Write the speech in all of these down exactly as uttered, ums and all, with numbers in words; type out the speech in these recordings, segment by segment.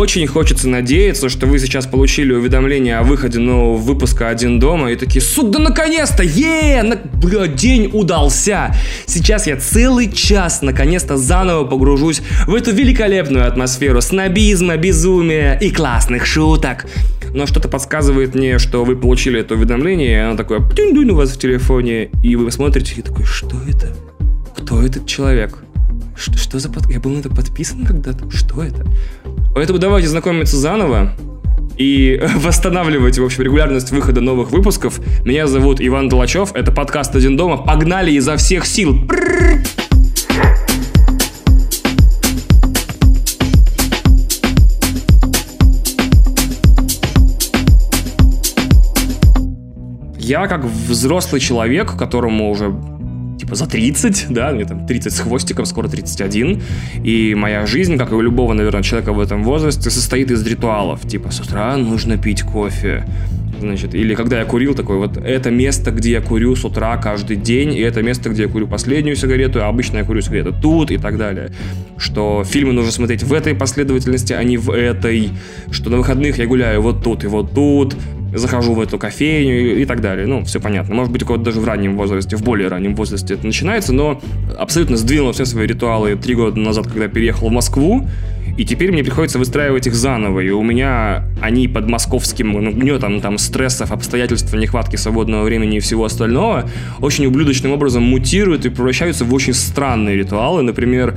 очень хочется надеяться, что вы сейчас получили уведомление о выходе нового выпуска «Один дома» и такие: сука, да наконец-то! Е, на... бля, день удался! Сейчас я целый час наконец-то заново погружусь в эту великолепную атмосферу снобизма, безумия и классных шуток. Но что-то подсказывает мне, что вы получили это уведомление, и оно такое птюнь-дунь у вас в телефоне, и вы смотрите и такой: что это? Кто этот человек? Что, что за под... Я был на это подписан когда-то? Что это? Поэтому давайте знакомиться заново и восстанавливать, в общем, регулярность выхода новых выпусков. Меня зовут Иван Толачев, это подкаст «Один дома». Погнали изо всех сил! Я, как взрослый человек, которому уже типа за тридцать, да, мне там тридцать с хвостиком, скоро тридцать один, и моя жизнь, как и у любого, наверное, человека в этом возрасте, состоит из ритуалов, типа с утра нужно пить кофе, значит, или когда я курил, такой вот, это место, где я курю с утра каждый день, и это место, где я курю последнюю сигарету, а обычно я курю сигарету тут и так далее, что фильмы нужно смотреть в этой последовательности, а не в этой, что на выходных я гуляю вот тут и вот тут, захожу в эту кофейню и, и так далее. Ну, все понятно. Может быть, у кого-то даже в раннем возрасте, в более раннем возрасте это начинается, но абсолютно сдвинул все свои ритуалы три года назад, когда я переехал в Москву, и теперь мне приходится выстраивать их заново, и у меня они под московским гнетом там, стрессов, обстоятельств, нехватки свободного времени и всего остального очень ублюдочным образом мутируют и превращаются в очень странные ритуалы. Например,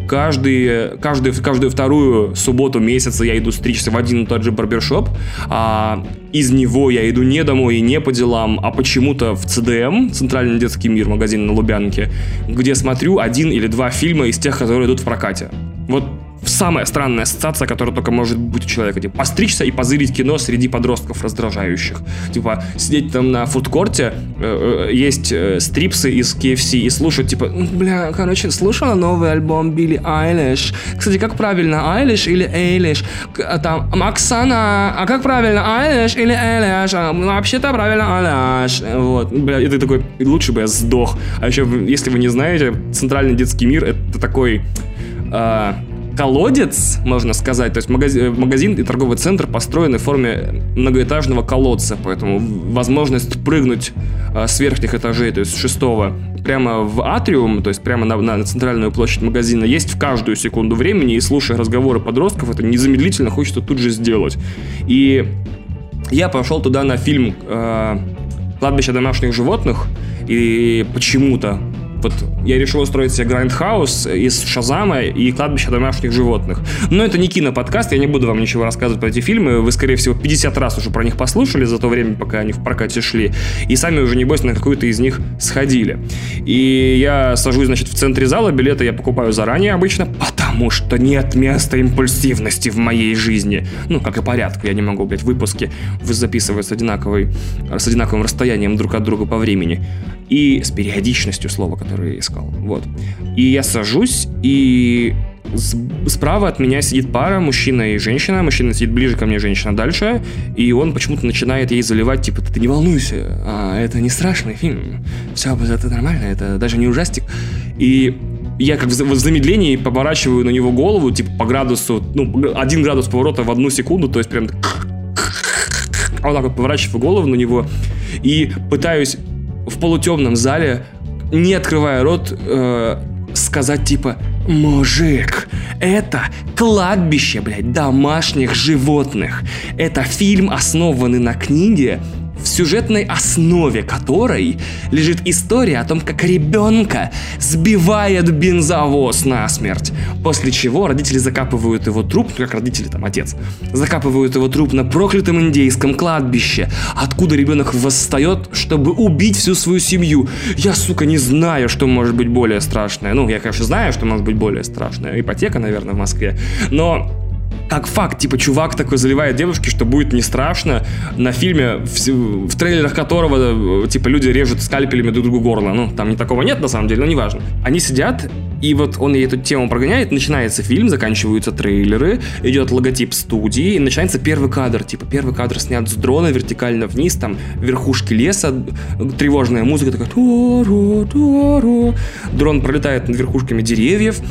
каждый, каждый, каждую вторую субботу месяца я иду стричься в один и тот же барбершоп, а из него я иду не домой и не по делам, а почему-то в цэ дэ эм, Центральный детский мир, магазин на Лубянке, где смотрю один или два фильма из тех, которые идут в прокате. Вот самая странная ассоциация, которая только может быть у человека. Типа, постричься и позырить кино среди подростков раздражающих. Типа, сидеть там на фудкорте, э, э, есть э, стрипсы из кей эф си и слушать, типа, бля, короче, слушала новый альбом Билли Айлиш. Кстати, как правильно, Айлиш или Эйлиш? Там, Оксана, а как правильно, Айлиш или Эйлиш? А, вообще-то правильно Айлиш. Вот, бля, и ты такой, лучше бы я сдох. А еще, если вы не знаете, Центральный детский мир — это такой... Э, колодец, можно сказать, то есть магазин, магазин и торговый центр построены в форме многоэтажного колодца, поэтому возможность прыгнуть а, с верхних этажей, то есть с шестого, прямо в атриум, то есть прямо на, на центральную площадь магазина, есть в каждую секунду времени, и слушая разговоры подростков, это незамедлительно хочется тут же сделать. И я пошел туда на фильм э, «Кладбище домашних животных», и почему-то вот я решил устроить себе грайндхаус из Шазама и «Кладбища домашних животных». Но это не киноподкаст, я не буду вам ничего рассказывать про эти фильмы. Вы, скорее всего, пятьдесят раз уже про них послушали за то время, пока они в прокате шли. И сами уже, небось, на какую-то из них сходили. И я сажусь, значит, в центре зала. Билеты я покупаю заранее обычно, потому что нет места импульсивности в моей жизни. Ну, как и порядку. Я не могу, блядь, выпуски записывать с, одинаковой, с одинаковым расстоянием друг от друга по времени. И с периодичностью слова, которое я искал. Вот. И я сажусь, и справа от меня сидит пара, мужчина и женщина. Мужчина сидит ближе ко мне, женщина дальше. И он почему-то начинает ей заливать, типа, ты не волнуйся, а, это не страшный фильм. Все, это нормально, это даже не ужастик. И я как в замедлении поворачиваю на него голову, типа, по градусу, ну, один градус поворота в одну секунду, то есть прям вот так вот поворачиваю голову на него и пытаюсь в полутемном зале, не открывая рот, э, сказать типа: мужик, это кладбище, блядь, домашних животных. Это фильм, основанный на книге, в сюжетной основе которой лежит история о том, как ребенка сбивает бензовоз насмерть. После чего родители закапывают его труп, ну как родители, там, отец, закапывают его труп на проклятом индейском кладбище, откуда ребенок восстает, чтобы убить всю свою семью. Я, сука, не знаю, что может быть более страшное. Ну, я, конечно, знаю, что может быть более страшное. Ипотека, наверное, в Москве. Но... как факт, типа, чувак такой заливает девушке, что будет не страшно, на фильме, в, в трейлерах которого, типа, люди режут скальпелями друг другу горло. Ну, там не такого нет, на самом деле, но неважно. Они сидят, и вот он ей эту тему прогоняет, начинается фильм, заканчиваются трейлеры, идет логотип студии, и начинается первый кадр. Типа, первый кадр снят с дрона вертикально вниз, там, верхушки леса, тревожная музыка такая... Дрон пролетает над верхушками деревьев,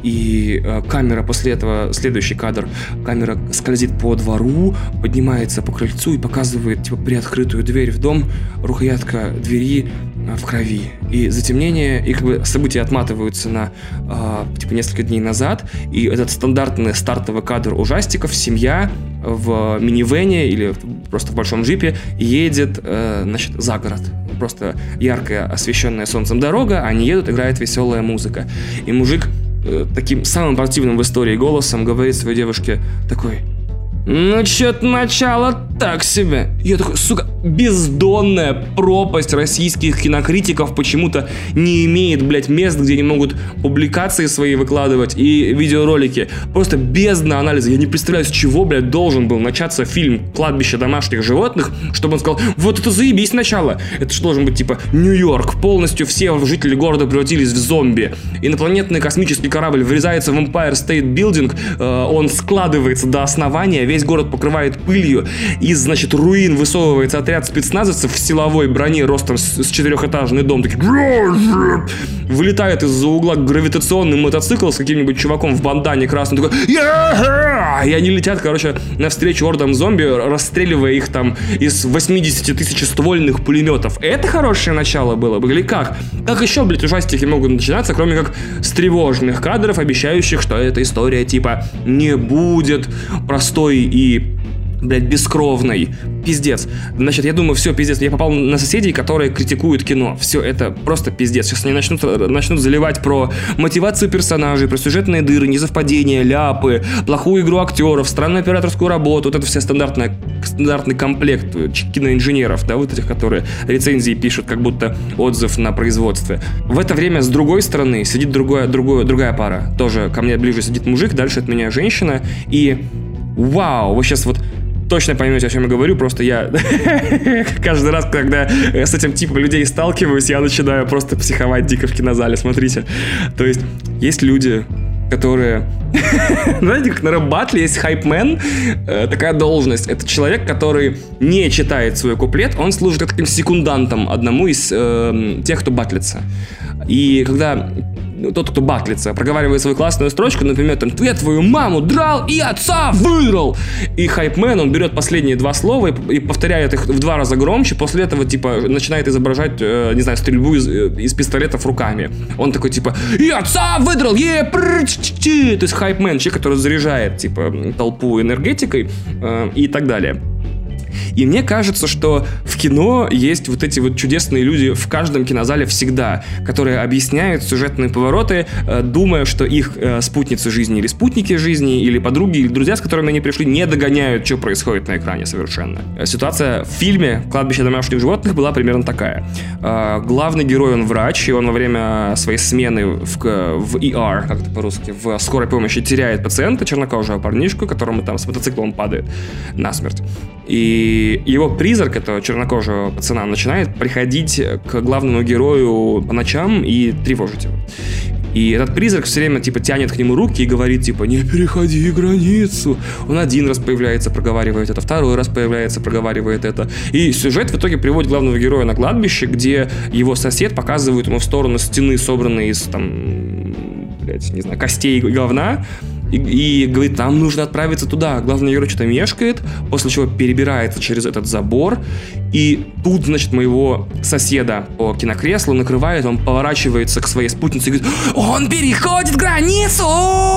и э, камера после этого, следующий кадр, камера скользит по двору, поднимается по крыльцу и показывает, типа, приоткрытую дверь в дом, рукоятка двери э, в крови. И затемнение, и как бы события отматываются на, э, типа, несколько дней назад, и этот стандартный стартовый кадр ужастиков, семья в минивэне или просто в большом джипе едет, э, значит, за город. Просто яркая, освещенная солнцем дорога, они едут, играет веселая музыка. И мужик э, таким самым противным в истории голосом говорит своей девушке такой: ну, чё-то начало так себе. Я такой, сука, бездонная пропасть российских кинокритиков почему-то не имеет, блядь, мест, где они могут публикации свои выкладывать и видеоролики. Просто бездна анализа. Я не представляю, с чего, блядь, должен был начаться фильм «Кладбище домашних животных», чтобы он сказал: вот это заебись начало. Это же должен быть, типа, Нью-Йорк. Полностью все жители города превратились в зомби. Инопланетный космический корабль врезается в Empire State Building, э, он складывается до основания, весь город покрывает пылью, из, значит, руин высовывается отряд спецназовцев в силовой броне ростом с, с четырехэтажный дом, такие, вылетает из-за угла гравитационный мотоцикл с каким-нибудь чуваком в бандане красным, такой, и они летят, короче, навстречу ордам зомби, расстреливая их там из восемьдесят тысяч ствольных пулеметов. Это хорошее начало было бы? Или как? Как еще, блядь, ужастики могут начинаться, кроме как с тревожных кадров, обещающих, что эта история, типа, не будет простой и, блядь, бескровной. Пиздец. Значит, я думаю, все, пиздец. Я попал на соседей, которые критикуют кино. Все, это просто пиздец. Сейчас они начнут, начнут заливать про мотивацию персонажей, про сюжетные дыры, несовпадения, ляпы, плохую игру актеров, странную операторскую работу. Вот это все стандартная, стандартный комплект киноинженеров, да, вот этих, которые рецензии пишут, как будто отзыв на производстве. В это время с другой стороны сидит другое, другое, другая пара. Тоже ко мне ближе сидит мужик, дальше от меня женщина. И вау, вы сейчас вот точно поймете, о чем я говорю, просто я каждый раз, когда с этим типом людей сталкиваюсь, я начинаю просто психовать дико в кинозале, смотрите. То есть, есть люди, которые... Знаете, как на рэп-баттле есть хайпмен, такая должность. Это человек, который не читает свой куплет, он служит таким секундантом одному из э, тех, кто баттлится. И когда тот, кто батлится, проговаривает свою классную строчку, например, там, я твою маму драл и отца выдрал. И хайпмен, он берет последние два слова и, и повторяет их в два раза громче, после этого, типа, начинает изображать, э, не знаю, стрельбу из, из пистолетов руками. Он такой, типа, и отца выдрал, е То есть хайпмен, человек, который заряжает, типа, толпу энергетикой э, и так далее. И мне кажется, что в кино есть вот эти вот чудесные люди в каждом кинозале всегда, которые объясняют сюжетные повороты, думая, что их спутницы жизни или спутники жизни, или подруги, или друзья, с которыми они пришли, не догоняют, что происходит на экране совершенно. Ситуация в фильме «Кладбище домашних животных» была примерно такая. Главный герой, он врач, и он во время своей смены в, в и ар, как это по-русски, в скорой помощи теряет пациента, чернокожего парнишку, которому там с мотоциклом падает насмерть. И его призрак, этого чернокожего пацана, начинает приходить к главному герою по ночам и тревожить его. И этот призрак все время, типа, тянет к нему руки и говорит, типа, не переходи границу. Он один раз появляется, проговаривает это, второй раз появляется, проговаривает это. И сюжет в итоге приводит главного героя на кладбище, где его сосед показывает ему в сторону стены, собранной из, там, блядь, не знаю, костей и говна. И, и говорит, нам нужно отправиться туда. Главный герой что-то мешкает, после чего перебирается через этот забор. И тут, значит, моего соседа по кинокреслу накрывает, он поворачивается к своей спутнице и говорит, он переходит границу!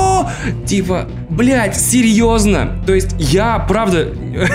Типа, блядь, серьезно? То есть я, правда,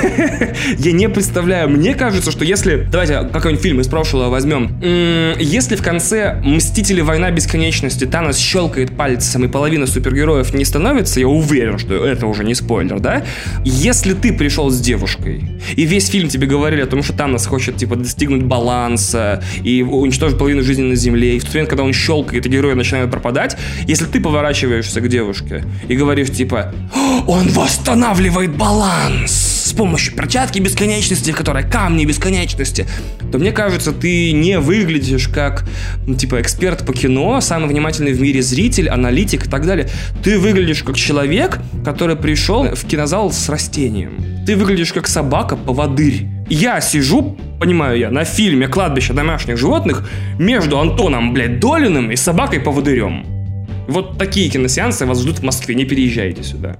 я не представляю. Мне кажется, что если... Давайте какой-нибудь фильм из прошлого возьмем. Если в конце «Мстители. Война бесконечности» Танос щелкает пальцем и половина супергероев не становится, я уверен, что это уже не спойлер, да? Если ты пришел с девушкой, и весь фильм тебе говорили о том, что Танос хочет, типа, достигнуть баланса и уничтожить половину жизни на Земле, и в тот момент, когда он щелкает, и герои начинают пропадать, если ты поворачиваешься к девушке и говоришь, типа, он восстанавливает баланс с помощью перчатки бесконечности, которая камни бесконечности, то, мне кажется, ты не выглядишь как, ну, типа, эксперт по кино, самый внимательный в мире зритель, аналитик и так далее. Ты выглядишь как человек, который пришел в кинозал с растением. Ты выглядишь как собака-поводырь. Я сижу, понимаю я, на фильме «Кладбище домашних животных» между Антоном, блядь, Долиным и собакой-поводырем. Вот такие киносеансы вас ждут в Москве, не переезжайте сюда.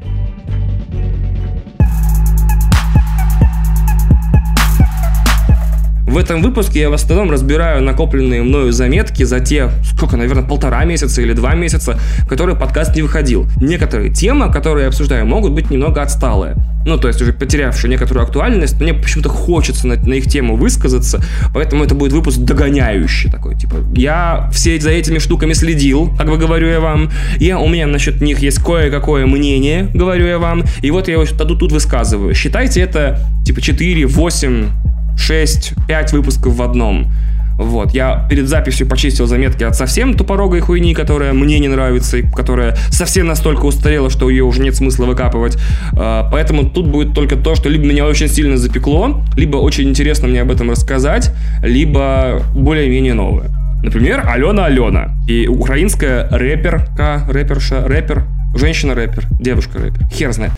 В этом выпуске я в основном разбираю накопленные мною заметки за те, сколько, наверное, полтора месяца или два месяца, в которые подкаст не выходил. Некоторые темы, которые я обсуждаю, могут быть немного отсталые. Ну, то есть уже потерявшие некоторую актуальность, но мне почему-то хочется на, на их тему высказаться, поэтому это будет выпуск догоняющий такой, типа, я все за этими штуками следил, как бы говорю я вам, я, у меня насчет них есть кое-какое мнение, говорю я вам, и вот я его тут, тут высказываю. Считайте это, типа, четыре, восемь, шесть, пять выпусков в одном. Вот, я перед записью почистил заметки от совсем тупорогой хуйни, которая мне не нравится, и которая совсем настолько устарела, что ее уже нет смысла выкапывать. Поэтому тут будет только то, что либо меня очень сильно запекло, либо очень интересно мне об этом рассказать, либо более-менее новое. Например, Алена Алена. И украинская рэперка, рэперша, рэпер, женщина-рэпер, девушка-рэпер, хер знает.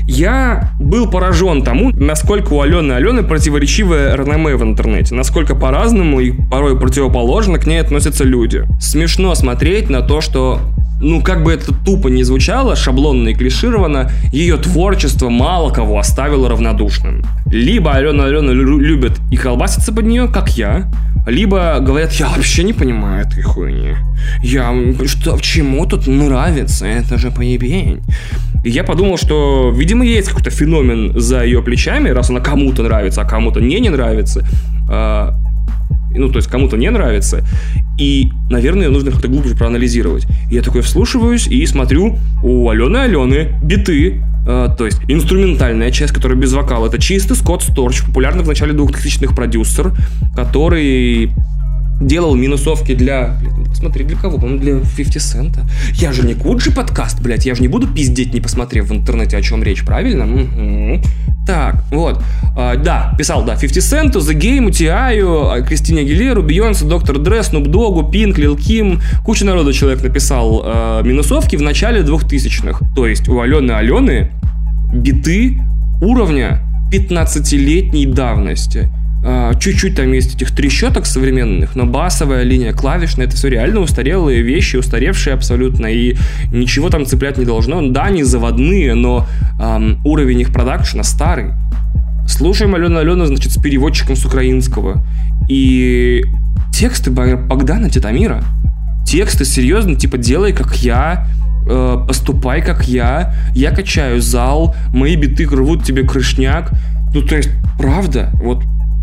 Я был поражен тому, насколько у Алены Алены противоречивое реноме в интернете, насколько по-разному и порой противоположно к ней относятся люди. Смешно смотреть на то, что, ну, как бы это тупо не звучало, шаблонно и клишированно, ее творчество мало кого оставило равнодушным. Либо Алена Алена любит и колбаситься под нее, как я, либо говорят, я вообще не понимаю этой хуйни. Я, что, чему тут нравится? Это же поебень. И я подумал, что, видимо, есть какой-то феномен за ее плечами, раз она кому-то нравится, а кому-то не не нравится. А, ну, то есть кому-то не нравится. И, наверное, нужно как-то глубже проанализировать. И я такой вслушиваюсь и смотрю, у Алены Алены биты. Uh, то есть инструментальная часть, которая без вокала. Это чистый Скотт Сторч, популярный в начале двухтысячных продюсер, который делал минусовки для... Блин, посмотри, для кого? По-моему, для фифти Cent. Я же не Куджи подкаст, блядь. Я же не буду пиздеть, не посмотрев в интернете, о чем речь, правильно? Mm-hmm. Так, вот. Uh, да, писал, да, фифти Cent, The Game, ти ай, Кристине Агилеру, Бейонсе, Доктор Дре, Снуп Доггу, Пинк, Лил Ким. Куча народу человек написал uh, минусовки в начале двухтысячных. То есть у Алены Алены биты уровня пятнадцатилетней давности. Uh, чуть-чуть там есть этих трещоток современных, но басовая линия, клавишная, это все реально устарелые вещи, устаревшие абсолютно, и ничего там цеплять не должно. Да, они заводные, но um, уровень их продакшена старый. Слушаем Алену Алену, значит, с переводчиком с украинского. И тексты Богдана Титамира. Тексты серьезно, типа, делай как я, э, поступай как я, я качаю зал, мои биты рвут тебе крышняк. Ну, то есть, правда, вот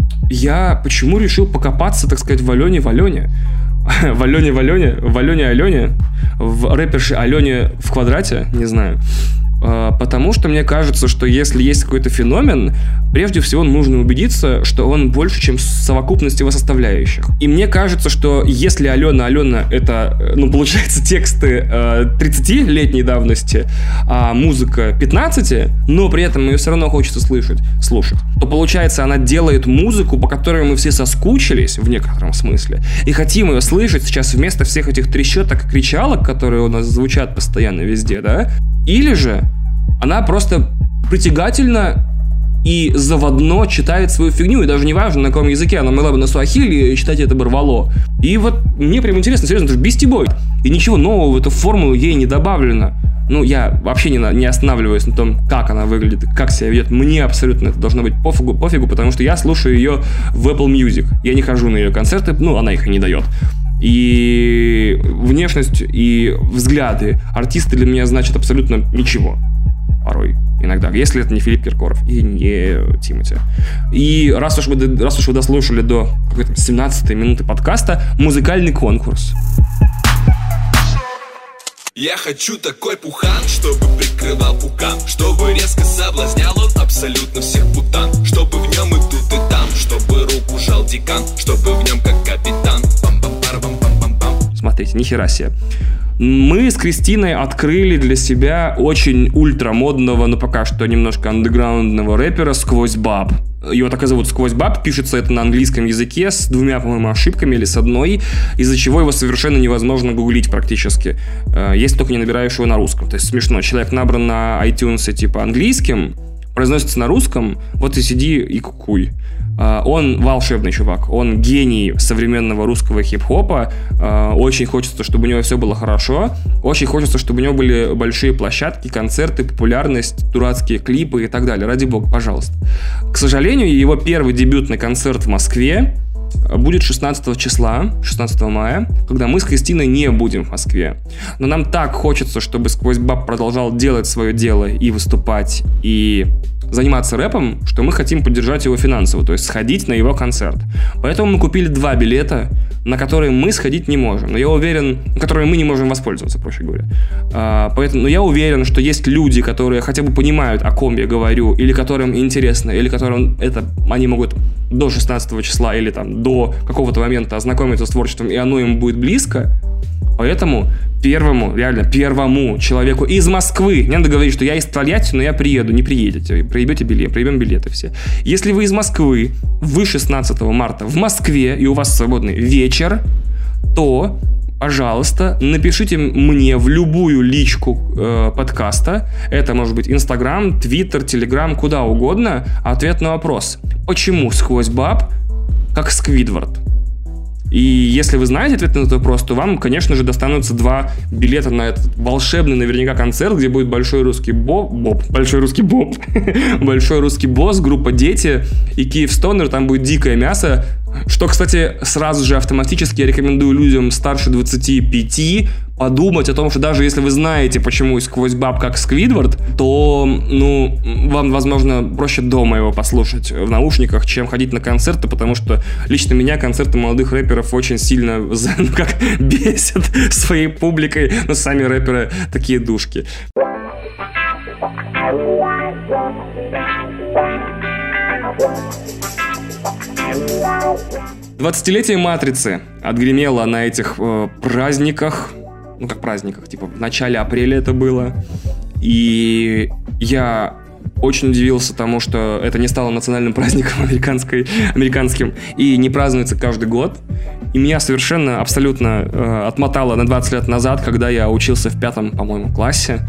я почему решил покопаться, так сказать, в Алене в Алене, в Алене в Алене, в Алене Алене, в рэперше Алене в квадрате, не знаю. Потому что мне кажется, что если есть какой-то феномен, прежде всего нужно убедиться, что он больше, чем совокупность его составляющих. И мне кажется, что если Алена Алена это, ну, получается, тексты э, тридцатилетней давности, а музыка пятнадцати, но при этом ее все равно хочется слышать, слушать, то получается, она делает музыку, по которой мы все соскучились в некотором смысле, и хотим ее слышать сейчас вместо всех этих трещоток и кричалок, которые у нас звучат постоянно везде, да? Или же она просто притягательна и заводно читает свою фигню, и даже не важно, на каком языке она могла бы на суахили читать, это бы рвало. И вот мне прям интересно, серьезно, это же Beastie Boy, и ничего нового в эту формулу ей не добавлено. Ну, я вообще не, на, не останавливаюсь на том, как она выглядит, как себя ведет. Мне абсолютно это должно быть пофигу, пофигу, потому что я слушаю ее в Apple Music. Я не хожу на ее концерты, ну, она их и не дает. И внешность и взгляды артисты для меня значат абсолютно ничего. Порой, иногда, если это не Филипп Киркоров и не Тимати. И раз уж вы, раз уж вы дослушали до какой-то семнадцатой минуты подкаста, музыкальный конкурс. Я хочу такой пухан, чтобы прикрывал пукан, чтобы резко соблазнял он абсолютно всех путан, чтобы в нем и тут и там, чтобы руку жал декан, чтобы в нем как капитан. Пам-пам-пам-пам-пам-пам. Смотрите, нихера себе. Мы с Кристиной открыли для себя очень ультрамодного, но пока что немножко андеграундного рэпера «Сквозь баб». Его так и зовут «Сквозь баб», пишется это на английском языке с двумя, по-моему, ошибками или с одной, из-за чего его совершенно невозможно гуглить практически, если только не набираешь его на русском. То есть смешно, человек набран на iTunes типа английским, произносится на русском, вот и сиди и кукуй. Он волшебный чувак, он гений современного русского хип-хопа. Очень хочется, чтобы у него все было хорошо. Очень хочется, чтобы у него были большие площадки, концерты, популярность, дурацкие клипы и так далее. Ради бога, пожалуйста. К сожалению, его первый дебютный концерт в Москве будет шестнадцатого числа, шестнадцатого мая, когда мы с Кристиной не будем в Москве. Но нам так хочется, чтобы Сквозь Баб продолжал делать свое дело и выступать, и заниматься рэпом, что мы хотим поддержать его финансово, то есть сходить на его концерт. Поэтому мы купили два билета, на которые мы сходить не можем. Но я уверен, которые мы не можем воспользоваться, проще говоря. А, поэтому, но я уверен, что есть люди, которые хотя бы понимают, о ком я говорю, или которым интересно, или которым это они могут до шестнадцатого числа или там до какого-то момента ознакомиться с творчеством, и оно им будет близко. Поэтому первому, реально первому человеку из Москвы, не надо говорить, что я из Тольятти, но я приеду, не приедете, проебете билет, проебем билеты все. Если вы из Москвы, вы шестнадцатого марта в Москве, и у вас свободный вечер, то, пожалуйста, напишите мне в любую личку э, подкаста, это может быть Инстаграм, Твиттер, Телеграм, куда угодно, ответ на вопрос, почему Сквозь Баб как Сквидвард? И если вы знаете ответ на этот вопрос, то вам, конечно же, достанутся два билета на этот волшебный наверняка концерт, где будет большой русский боб, боб большой русский боб, большой русский босс, группа «Дети» и Киевстонер, там будет дикое мясо, что, кстати, сразу же автоматически я рекомендую людям старше двадцати пяти подумать о том, что даже если вы знаете, почему Сквозь Баб как Сквидвард, то, ну, вам, возможно, проще дома его послушать в наушниках, чем ходить на концерты, потому что лично меня концерты молодых рэперов очень сильно, ну, как бесят своей публикой, но сами рэперы такие душки. двадцатилетие «Матрицы» отгремело на этих э, праздниках, ну как праздниках, типа в начале апреля это было, и я очень удивился тому, что это не стало национальным праздником американской, американским и не празднуется каждый год, и меня совершенно, абсолютно э, отмотало на двадцать лет назад, когда я учился в пятом, по-моему, классе,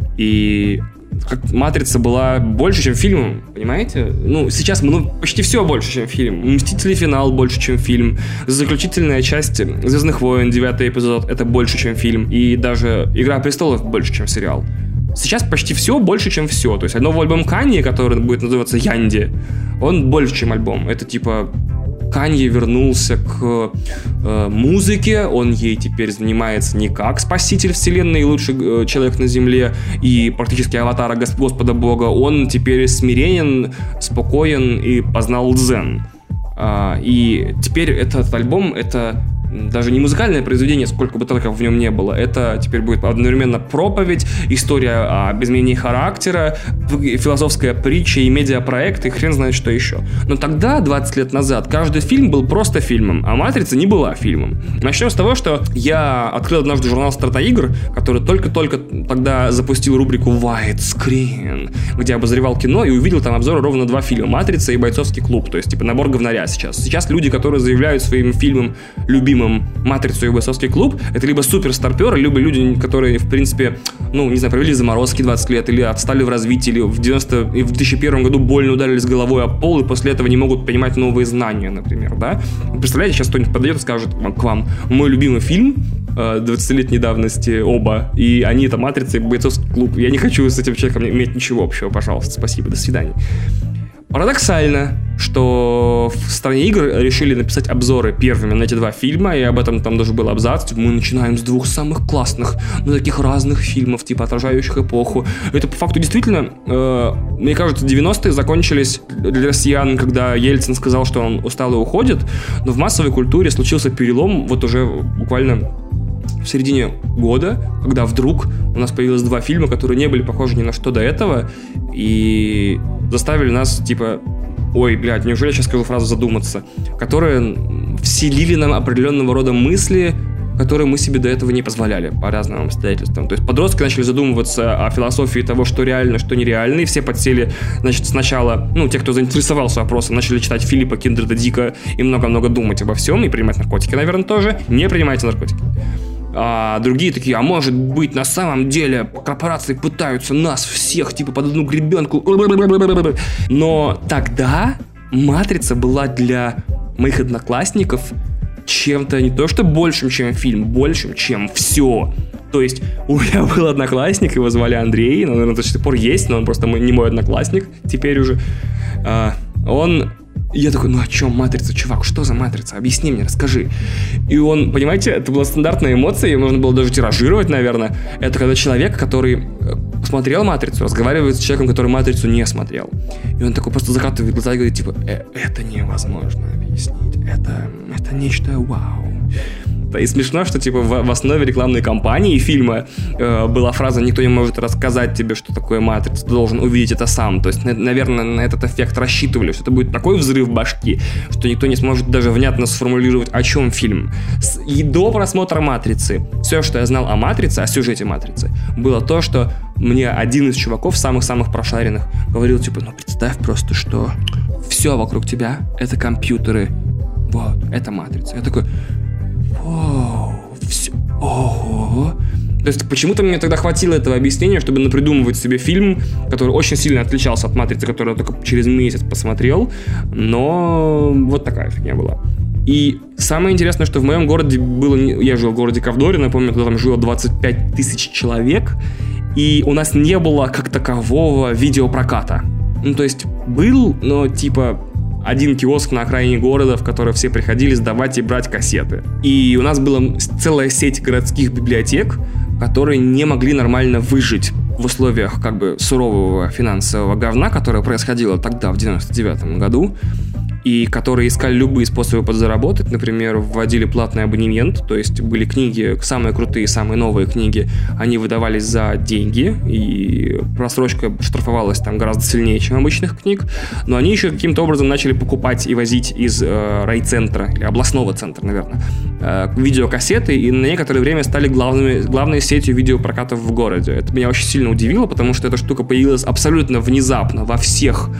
и... как «Матрица» была больше, чем фильмом, понимаете? Ну, сейчас ну, почти все больше, чем фильм. «Мстители. Финал» больше, чем фильм. Заключительная часть «Звездных войн», девятый эпизод, это больше, чем фильм. И даже «Игра престолов» больше, чем сериал. Сейчас почти все больше, чем все. То есть новый альбом Канье, который будет называться «Янди», он больше, чем альбом. Это типа... Канье вернулся к э, музыке, он ей теперь занимается не как спаситель вселенной и лучший э, человек на земле и практически аватара Гос- Господа Бога, он теперь смиренен, спокоен и познал дзен. А, и теперь этот альбом, это даже не музыкальное произведение, сколько бы треков в нем не было, это теперь будет одновременно проповедь, история о изменении характера, философская притча и медиапроект, и хрен знает что еще. Но тогда, двадцать лет назад, каждый фильм был просто фильмом, а «Матрица» не была фильмом. Начнем с того, что я открыл однажды журнал «Стратоигр», который только-только тогда запустил рубрику «Widescreen», где обозревал кино, и увидел там обзоры ровно два фильма: «Матрица» и «Бойцовский клуб», то есть типа набор говнаря сейчас. Сейчас люди, которые заявляют своим фильмом любимым «Матрицу» и «Бойцовский клуб», это либо суперстарперы, либо люди, которые, в принципе, ну, не знаю, провели заморозки двадцать лет, или отстали в развитии, или в девяносто и в две тысячи первом году больно ударились головой о пол, и после этого не могут понимать новые знания, например, да? Представляете, сейчас кто-нибудь подойдет и скажет к вам: мой любимый фильм двадцатилетней давности, оба, и они это «Матрица» и «Бойцовский клуб». Я не хочу с этим человеком иметь ничего общего, пожалуйста, спасибо, до свидания. Парадоксально, что в «Стране игр» решили написать обзоры первыми на эти два фильма, и об этом там даже был абзац, типа, мы начинаем с двух самых классных, но таких разных фильмов, типа, отражающих эпоху. Это по факту действительно, э, мне кажется, девяностые закончились для россиян, когда Ельцин сказал, что он устал и уходит, но в массовой культуре случился перелом вот уже буквально в середине года, когда вдруг у нас появилось два фильма, которые не были похожи ни на что до этого, и заставили нас, типа, ой, блядь, неужели я сейчас скажу фразу «задуматься», которые вселили нам определенного рода мысли, которые мы себе до этого не позволяли по разным обстоятельствам. То есть подростки начали задумываться о философии того, что реально, что нереально, и все подсели, значит, сначала, ну, те, кто заинтересовался вопросом, начали читать Филиппа Киндреда Дика и много-много думать обо всем, и принимать наркотики, наверное, тоже. Не принимайте наркотики. А другие такие: а может быть, на самом деле корпорации пытаются нас всех, типа, под одну гребенку. Но тогда «Матрица» была для моих одноклассников чем-то не то что большим, чем фильм, большим, чем все. То есть у меня был одноклассник, его звали Андрей, он, наверное, до сих пор есть, но он просто не мой одноклассник теперь уже. Он... Я такой, ну о чем «Матрица», чувак, что за «Матрица»? Объясни мне, расскажи. И он, понимаете, это была стандартная эмоция, ее можно было даже тиражировать, наверное. Это когда человек, который посмотрел «Матрицу», разговаривает с человеком, который «Матрицу» не смотрел. И он такой просто закатывает глаза и говорит, типа, э, это невозможно объяснить, это, это нечто вау. И смешно, что типа в, в основе рекламной кампании фильма э, была фраза «Никто не может рассказать тебе, что такое «Матрица», ты должен увидеть это сам». То есть, на, наверное, на этот эффект рассчитывали, что это будет такой взрыв башки, что никто не сможет даже внятно сформулировать, о чем фильм. С, и до просмотра «Матрицы» все, что я знал о «Матрице», о сюжете «Матрицы», было то, что мне один из чуваков, самых-самых прошаренных, говорил, типа, ну представь просто, что все вокруг тебя — это компьютеры. Вот, это «Матрица». Я такой... Оу, все. Ого. То есть почему-то мне тогда хватило этого объяснения, чтобы напридумывать себе фильм, который очень сильно отличался от «Матрицы», которую я только через месяц посмотрел. Но вот такая фигня была. И самое интересное, что в моем городе было... Я жил в городе Ковдоре, напомню, когда там жило двадцать пять тысяч человек. И у нас не было как такового видеопроката. Ну, то есть был, но типа... один киоск на окраине города, в который все приходили сдавать и брать кассеты. И у нас была целая сеть городских библиотек, которые не могли нормально выжить в условиях как бы сурового финансового говна, которое происходило тогда, в девяносто девятом году, и которые искали любые способы подзаработать. Например, вводили платный абонемент, то есть были книги, самые крутые, самые новые книги, они выдавались за деньги, и просрочка штрафовалась там гораздо сильнее, чем обычных книг, но они еще каким-то образом начали покупать и возить из э, райцентра, или областного центра, наверное, э, видеокассеты, и на некоторое время стали главными, главной сетью видеопрокатов в городе. Это меня очень сильно удивило, потому что эта штука появилась абсолютно внезапно во всех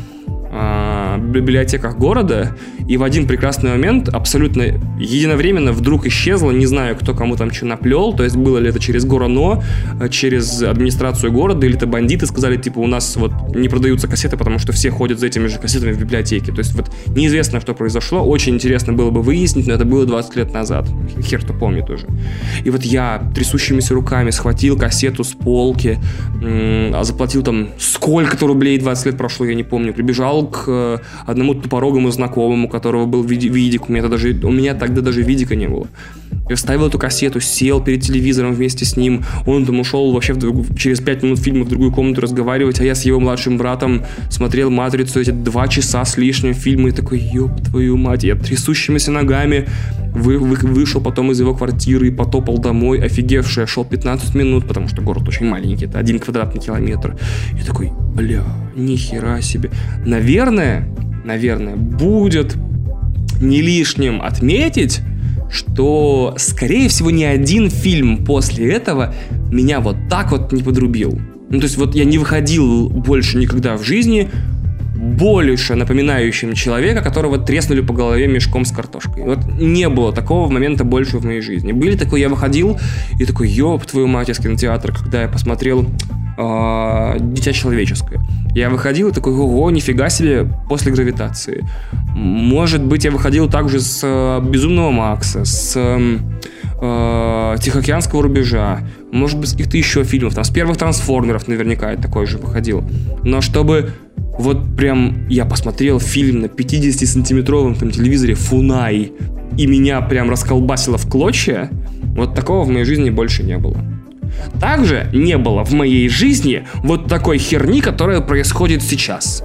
библиотеках города, и в один прекрасный момент абсолютно единовременно вдруг исчезло, не знаю, кто кому там что наплел, то есть было ли это через ГОРОНО, через администрацию города, или это бандиты сказали, типа, у нас вот не продаются кассеты, потому что все ходят за этими же кассетами в библиотеке. То есть вот неизвестно, что произошло, очень интересно было бы выяснить, но это было двадцать лет назад, хер кто помнит уже. И вот я трясущимися руками схватил кассету с полки, м- заплатил там сколько-то рублей, двадцать лет прошло, я не помню, прибежал к одному тупорогому знакомому, у которого был видик, у меня, даже, у меня тогда даже видика не было. Я вставил эту кассету, сел перед телевизором вместе с ним, он там ушел вообще в, через пять минут фильма в другую комнату разговаривать, а я с его младшим братом смотрел «Матрицу» эти два часа с лишним фильма, и такой, ёб твою мать, я трясущимися ногами вы, вы, вышел потом из его квартиры и потопал домой, офигевший, я шел пятнадцать минут, потому что город очень маленький, это один квадратный километр, и такой, бля, нихера себе. Наверное, наверное, будет не лишним отметить, что, скорее всего, ни один фильм после этого меня вот так вот не подрубил. Ну, то есть вот я не выходил больше никогда в жизни больше напоминающим человека, которого треснули по голове мешком с картошкой. Вот не было такого момента больше в моей жизни. Были такой, я выходил и такой, ёб твою мать, из кинотеатра, когда я посмотрел э, «Дитя человеческое». Я выходил и такой, ого, нифига себе, после «Гравитации». Может быть, я выходил также с э, «Безумного Макса», с э, «Тихоокеанского рубежа», может быть, с каких-то еще фильмов, там, с первых «Трансформеров» наверняка я такой же выходил. Но чтобы вот прям я посмотрел фильм на пятидесятисантиметровом там телевизоре «Фунай», и меня прям расколбасило в клочья, вот такого в моей жизни больше не было. Также не было в моей жизни вот такой херни, которая происходит сейчас.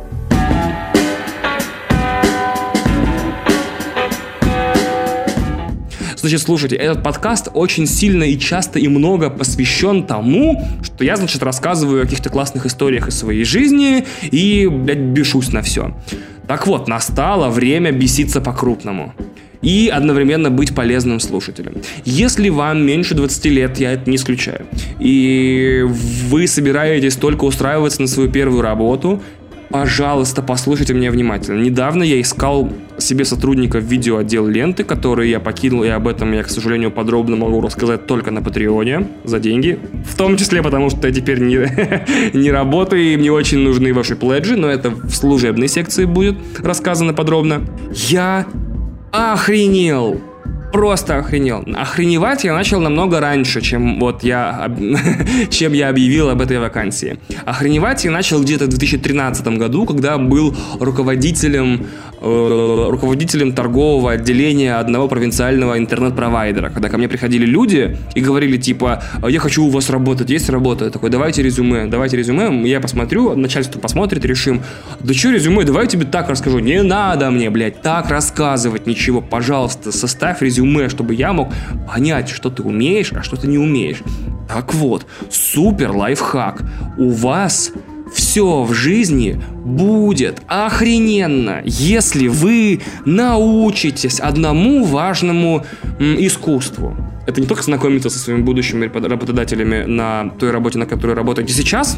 Значит, слушайте, этот подкаст очень сильно и часто и много посвящен тому, что я, значит, рассказываю о каких-то классных историях из своей жизни и, блядь, бешусь на все. Так вот, настало время беситься по-крупному и одновременно быть полезным слушателем. Если вам меньше двадцати лет, я это не исключаю, и вы собираетесь только устраиваться на свою первую работу, пожалуйста, послушайте меня внимательно. Недавно я искал себе сотрудника в видеоотдел ленты, который я покинул, и об этом я, к сожалению, подробно могу рассказать только на Патреоне за деньги. В том числе, потому что я теперь не, не работаю, и мне очень нужны ваши пледжи, но это в служебной секции будет рассказано подробно. Я охренел. Просто охренел. Охреневать я начал намного раньше, чем вот я, чем я объявил об этой вакансии. Охреневать я начал где-то в две тысячи тринадцатом году, когда был руководителем, э, руководителем торгового отделения одного провинциального интернет-провайдера. Когда ко мне приходили люди и говорили типа: я хочу у вас работать, есть работа? Я такой: давайте резюме, давайте резюме, я посмотрю, начальство посмотрит, решим. Да что резюме, давай я тебе так расскажу. Не надо мне, блядь, так рассказывать ничего, пожалуйста, составь резюме, чтобы я мог понять, что ты умеешь, а что ты не умеешь. Так вот, супер лайфхак. У вас все в жизни будет охрененно, если вы научитесь одному важному м, искусству. Это не только знакомиться со своими будущими работодателями на той работе, на которой работаете сейчас,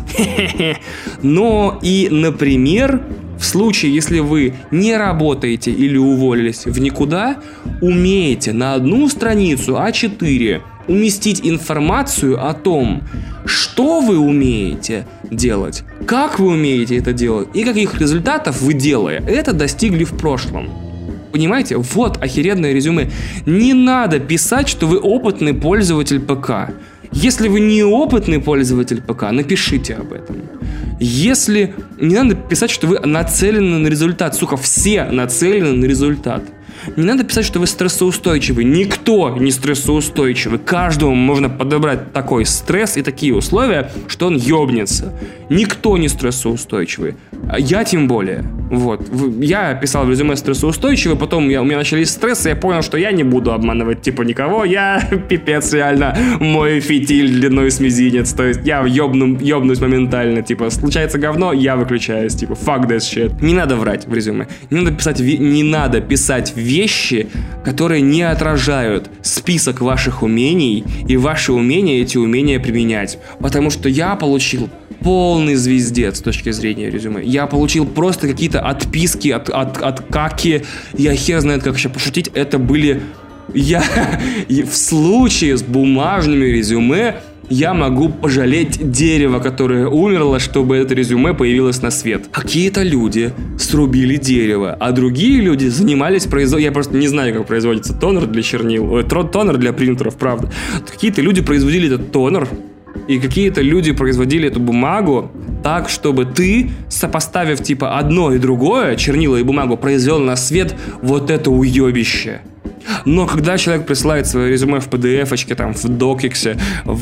но и, например, в случае, если вы не работаете или уволились в никуда, умеете на одну страницу а четыре уместить информацию о том, что вы умеете делать, как вы умеете это делать и каких результатов вы, делая это, достигли в прошлом. Понимаете? Вот охеренное резюме. Не надо писать, что вы опытный пользователь ПК. Если вы не опытный пользователь ПК, напишите об этом. Если... Не надо писать, что вы нацелены на результат. Сука, все нацелены на результат. Не надо писать, что вы стрессоустойчивый. Никто не стрессоустойчивый. Каждому можно подобрать такой стресс и такие условия, что он ёбнется. Никто не стрессоустойчивый. Я тем более. Вот. Я писал в резюме стрессоустойчивый, потом я, у меня начались стрессы, я понял, что я не буду обманывать типа никого. Я пипец реально мой фитиль длиной с мизинец. То есть я ёбну, ёбнусь моментально. Типа случается говно, я выключаюсь. Типа fuck that shit. Не надо врать в резюме. Не надо писать, не надо писать вещи, которые не отражают список ваших умений и ваши умения эти умения применять. Потому что я получил полный звездец с точки зрения резюме. Я получил просто какие-то отписки от, от, от каки. Я хер знает, как еще пошутить. Это были... Я... В случае с бумажными резюме я могу пожалеть дерево, которое умерло, чтобы это резюме появилось на свет. Какие-то люди срубили дерево, а другие люди занимались производством... Я просто не знаю, как производится тонер для чернил. Ой, тонер для принтеров, правда. Какие-то люди производили этот тонер, и какие-то люди производили эту бумагу так, чтобы ты, сопоставив типа одно и другое, чернила и бумагу, произвел на свет вот это уебище. Но когда человек присылает свое резюме в пи ди эф-очке, там, в Докиксе,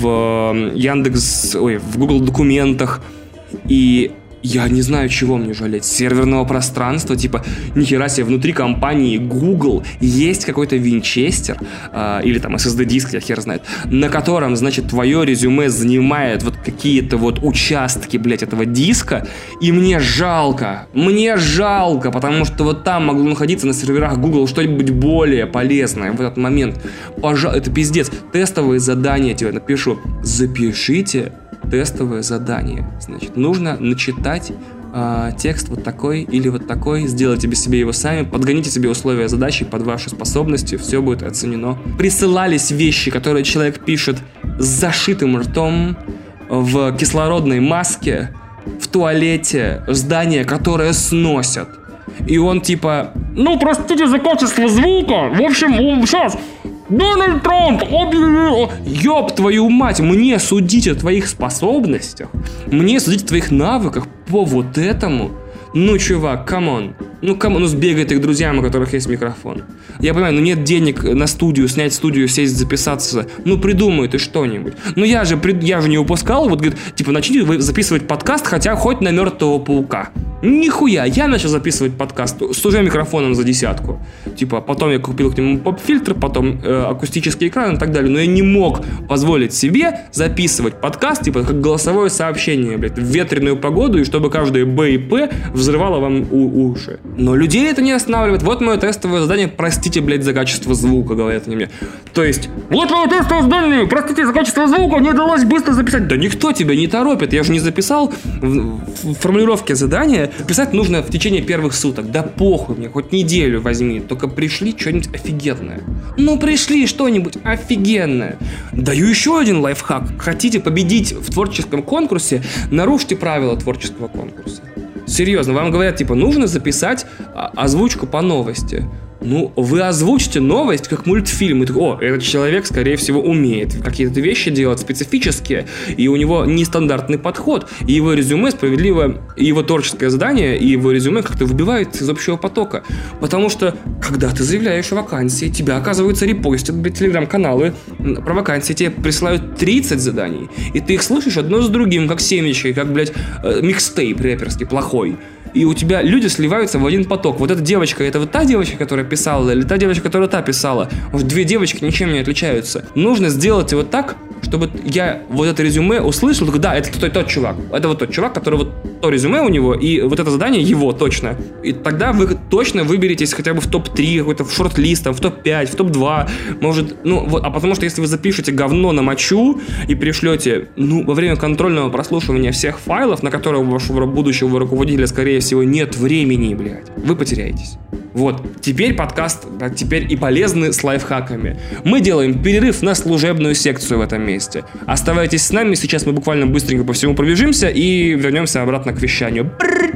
в Яндекс, ой, в Google документах, и я не знаю, чего мне жалеть. Серверного пространства, типа, нихера себе, внутри компании Google есть какой-то винчестер, э, или там эс эс ди-диск, я хер знает, на котором, значит, твое резюме занимает вот какие-то вот участки, блядь, этого диска, и мне жалко, мне жалко, потому что вот там могло находиться на серверах Google что-нибудь более полезное в этот момент. Пожалуйста, это пиздец. Тестовые задания тебе напишу. Запишите тестовое задание. Значит, нужно начитать э, текст вот такой или вот такой, сделайте себе его сами, подгоните себе условия задачи под ваши способности, все будет оценено. Присылались вещи, которые человек пишет с зашитым ртом, в кислородной маске, в туалете, здание, которое сносят. И он типа: ну, простите за качество звука, в общем, сейчас... Дональд Трамп объявил... Ёб твою мать, мне судить о твоих способностях, мне судить о твоих навыках по вот этому. Ну, чувак, камон. Ну, камон, ну сбегай ты к друзьям, у которых есть микрофон. Я понимаю, ну нет денег на студию, снять студию, сесть, записаться. Ну, придумай ты что-нибудь. Ну, я же, я же не упускал, вот, говорит, типа, начни записывать подкаст, хотя хоть на Мертвого паука. Нихуя, я начал записывать подкаст с уже микрофоном за десятку. Типа, потом я купил к нему поп-фильтр, потом э, акустический экран и так далее. Но я не мог позволить себе записывать подкаст, типа, как голосовое сообщение, блядь, в ветреную погоду, и чтобы каждое Б и П взрывало вам у- уши. Но людей это не останавливает. Вот мое тестовое задание, простите, блядь, за качество звука, говорят они мне. То есть, вот мое тестовое задание, простите за качество звука, не удалось быстро записать. Да никто тебя не торопит, я же не записал в, в формулировке задания Писать нужно в течение первых суток. Да похуй мне, хоть неделю возьми. Только пришли что-нибудь офигенное. Ну, пришли что-нибудь офигенное. Даю еще один лайфхак. Хотите победить в творческом конкурсе, нарушьте правила творческого конкурса. Серьезно, вам говорят, типа, нужно записать озвучку по новости. Ну, вы озвучите новость как мультфильм, и такой, о, этот человек, скорее всего, умеет какие-то вещи делать специфические, и у него нестандартный подход, и его резюме справедливо, и его творческое задание, и его резюме как-то выбивает из общего потока. Потому что, когда ты заявляешь о вакансии, тебя, оказывается, репостят, блядь, телеграм-каналы про вакансии, тебе присылают тридцать заданий, и ты их слышишь одно с другим, как семечки, как, блядь, микстейп рэперский, плохой. И у тебя люди сливаются в один поток. Вот эта девочка, это вот та девочка, которая писала, или та девочка, которая та писала. Вот две девочки ничем не отличаются. Нужно сделать вот так, чтобы я вот это резюме услышал, такой, да, это тот, тот чувак. Это вот тот чувак, который вот то резюме у него, и вот это задание его точно. И тогда вы точно выберетесь хотя бы в топ три, какой-то в шорт-лист, там, в топ пять, в топ два. Может, ну, вот, а потому что если вы запишете говно на мочу и пришлете, ну, во время контрольного прослушивания всех файлов, на которые у вашего будущего руководителя, скорее всего, нет времени, блядь, вы потеряетесь. Вот, теперь подкаст, да, теперь и полезный с лайфхаками. Мы делаем перерыв на служебную секцию в этом месте. Оставайтесь с нами, сейчас мы буквально быстренько по всему пробежимся и вернемся обратно к вещанию.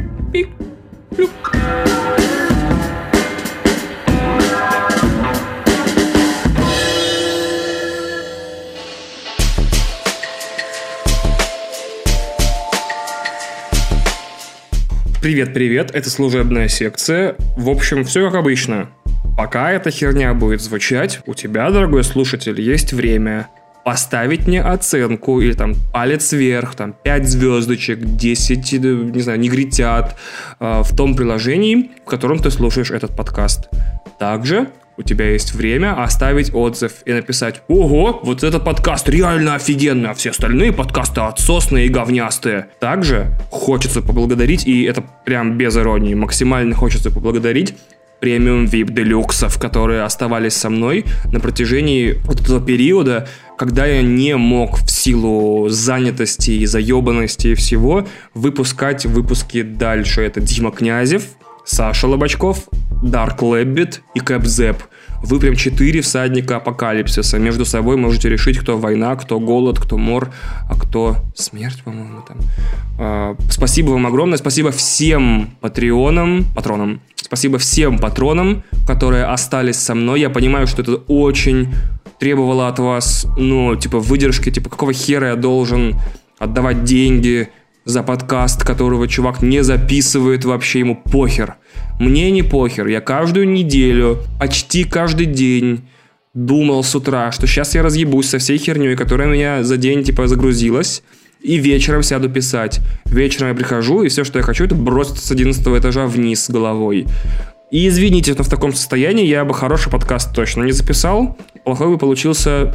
Привет-привет, это служебная секция. В общем, все как обычно. Пока эта херня будет звучать, у тебя, дорогой слушатель, есть время поставить мне оценку, или там палец вверх, там пять звездочек, десять, не знаю, негритят э, в том приложении, в котором ты слушаешь этот подкаст. Также у тебя есть время оставить отзыв и написать: ого, вот этот подкаст реально офигенный, а все остальные подкасты отсосные и говнястые. Также хочется поблагодарить, и это прям без иронии, максимально хочется поблагодарить премиум ви ай пи-делюксов, которые оставались со мной на протяжении вот этого периода, когда я не мог в силу занятости и заебанности и всего выпускать выпуски дальше. Это Дима Князев, Саша Лобачков, Dark Labbit и Кэпзэп. Вы прям четыре всадника апокалипсиса. Между собой можете решить, кто война, кто голод, кто мор, а кто смерть, по-моему, там. А, спасибо вам огромное. Спасибо всем патреонам, патронам. Спасибо всем патронам, которые остались со мной. Я понимаю, что это очень требовало от вас, ну, типа, выдержки, типа, какого хера я должен отдавать деньги за подкаст, которого чувак не записывает вообще, ему похер. Мне не похер. Я каждую неделю, почти каждый день думал с утра, что сейчас я разъебусь со всей херней, которая меня за день типа загрузилась, и вечером сяду писать. Вечером я прихожу, и все, что я хочу, это броситься с одиннадцатого этажа вниз с головой. И извините, но в таком состоянии я бы хороший подкаст точно не записал. Плохой бы получился...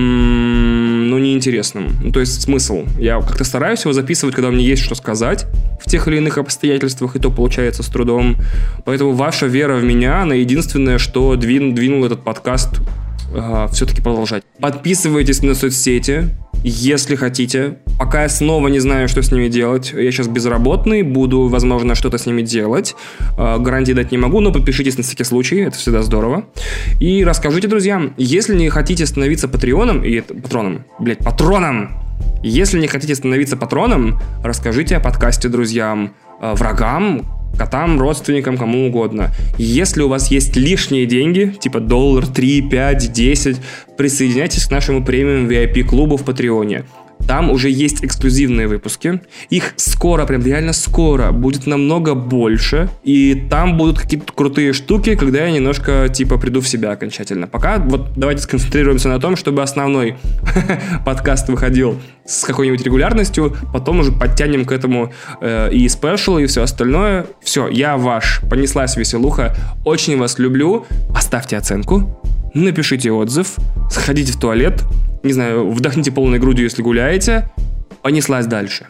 ну, неинтересным. Ну, то есть смысл. Я как-то стараюсь его записывать, когда мне есть что сказать в тех или иных обстоятельствах, и то получается с трудом. Поэтому ваша вера в меня, она единственное, что двин, двинул этот подкаст э, все-таки продолжать. Подписывайтесь на соцсети, если хотите. Пока я снова не знаю, что с ними делать. Я сейчас безработный, буду, возможно, что-то с ними делать. Э, гарантии дать не могу, но подпишитесь на всякий случай, это всегда здорово. И расскажите друзьям, если не хотите становиться патреоном, и патроном, блять, патроном, если не хотите становиться патроном, расскажите о подкасте друзьям, э, врагам, котам, родственникам, кому угодно. Если у вас есть лишние деньги, типа доллар, три, пять, десять, присоединяйтесь к нашему премиум ви ай пи-клубу в Патреоне. Там уже есть эксклюзивные выпуски. Их скоро, прям реально скоро, будет намного больше. И там будут какие-то крутые штуки, когда я немножко, типа, приду в себя окончательно. Пока вот давайте сконцентрируемся на том, чтобы основной подкаст выходил с какой-нибудь регулярностью. Потом уже подтянем к этому э, и спешл, и все остальное. Все, я ваш. Понеслась веселуха. Очень вас люблю. Поставьте оценку. Напишите отзыв. Сходите в туалет. Не знаю, вдохните полной грудью, если гуляете. Понеслась дальше.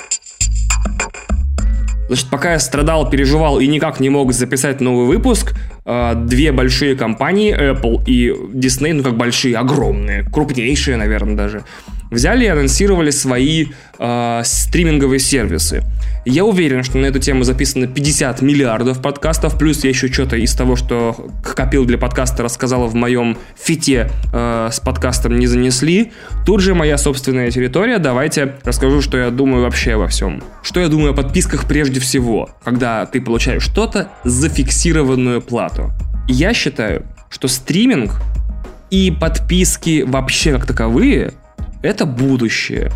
Значит, пока я страдал, переживал и никак не мог записать новый выпуск, две большие компании, Apple и Disney, ну как большие, огромные, крупнейшие, наверное, даже, взяли и анонсировали свои э, стриминговые сервисы. Я уверен, что на эту тему записано пятьдесят миллиардов подкастов, плюс я еще что-то из того, что копил для подкаста, рассказал в моем фите э, с подкастом «Не занесли». Тут же моя собственная территория. Давайте расскажу, что я думаю вообще во всем. Что я думаю о подписках прежде всего, когда ты получаешь что-то за фиксированную плату. Я считаю, что стриминг и подписки вообще как таковые — это будущее.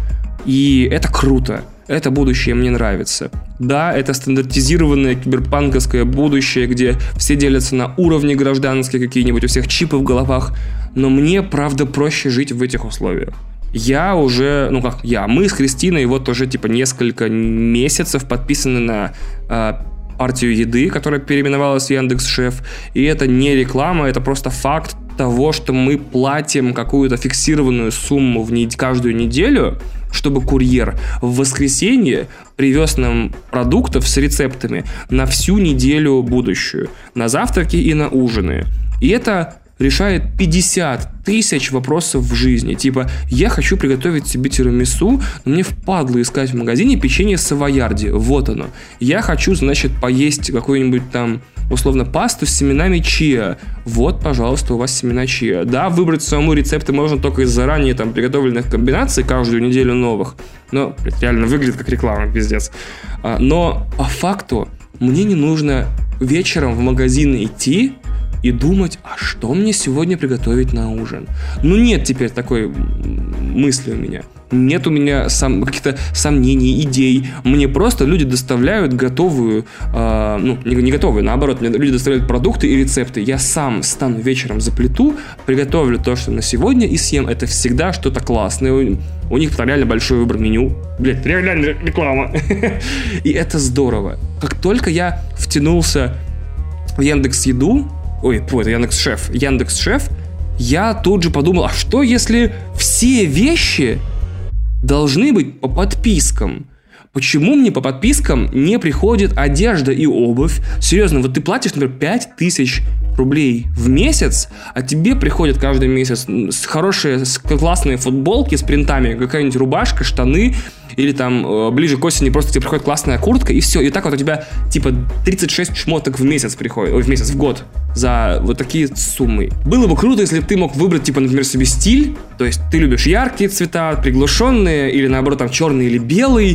И это круто. Это будущее мне нравится. Да, это стандартизированное киберпанковское будущее, где все делятся на уровни гражданские какие-нибудь, у всех чипы в головах. Но мне, правда, проще жить в этих условиях. Я уже, ну как я, мы с Кристиной вот уже типа несколько месяцев подписаны на э, партию еды, которая переименовалась в Яндекс.Шеф. И это не реклама, это просто факт того, что мы платим какую-то фиксированную сумму в не- каждую неделю, чтобы курьер в воскресенье привез нам продуктов с рецептами на всю неделю будущую, на завтраки и на ужины. И это решает пятьдесят тысяч вопросов в жизни. Типа, я хочу приготовить себе тирамису, но мне впадло искать в магазине печенье савоярди. Вот оно. Я хочу, значит, поесть какую-нибудь там, условно, пасту с семенами чиа. Вот, пожалуйста, у вас семена чиа. Да, выбрать самому рецепты можно только из заранее там приготовленных комбинаций каждую неделю новых. Но, блядь, реально выглядит как реклама, пиздец. А, но по факту мне не нужно вечером в магазин идти и думать, а что мне сегодня приготовить на ужин? Ну, нет теперь такой мысли у меня. Нет у меня сам, каких-то сомнений, идей. Мне просто люди доставляют готовую, э, ну, не, не готовую, наоборот, мне люди доставляют продукты и рецепты. Я сам стану вечером за плиту, приготовлю то, что на сегодня, и съем. Это всегда что-то классное. У, у них там реально большой выбор меню. Блять, реально реклама. И это здорово. Как только я втянулся в Яндекс.Еду, ой, фу, это Яндекс.Шеф, Яндекс.Шеф, я тут же подумал, а что если все вещи должны быть по подпискам? Почему мне по подпискам не приходит одежда и обувь? Серьезно, вот ты платишь, например, пять тысяч рублей в месяц, а тебе приходят каждый месяц хорошие, классные футболки с принтами, какая-нибудь рубашка, штаны, или там э, ближе к осени просто тебе приходит классная куртка, и все. И так вот у тебя типа тридцать шесть шмоток в месяц приходит, ой, в месяц, в год за вот такие суммы. Было бы круто, если бы ты мог выбрать, типа, например, себе стиль, то есть ты любишь яркие цвета, приглушенные, или наоборот там черный или белый,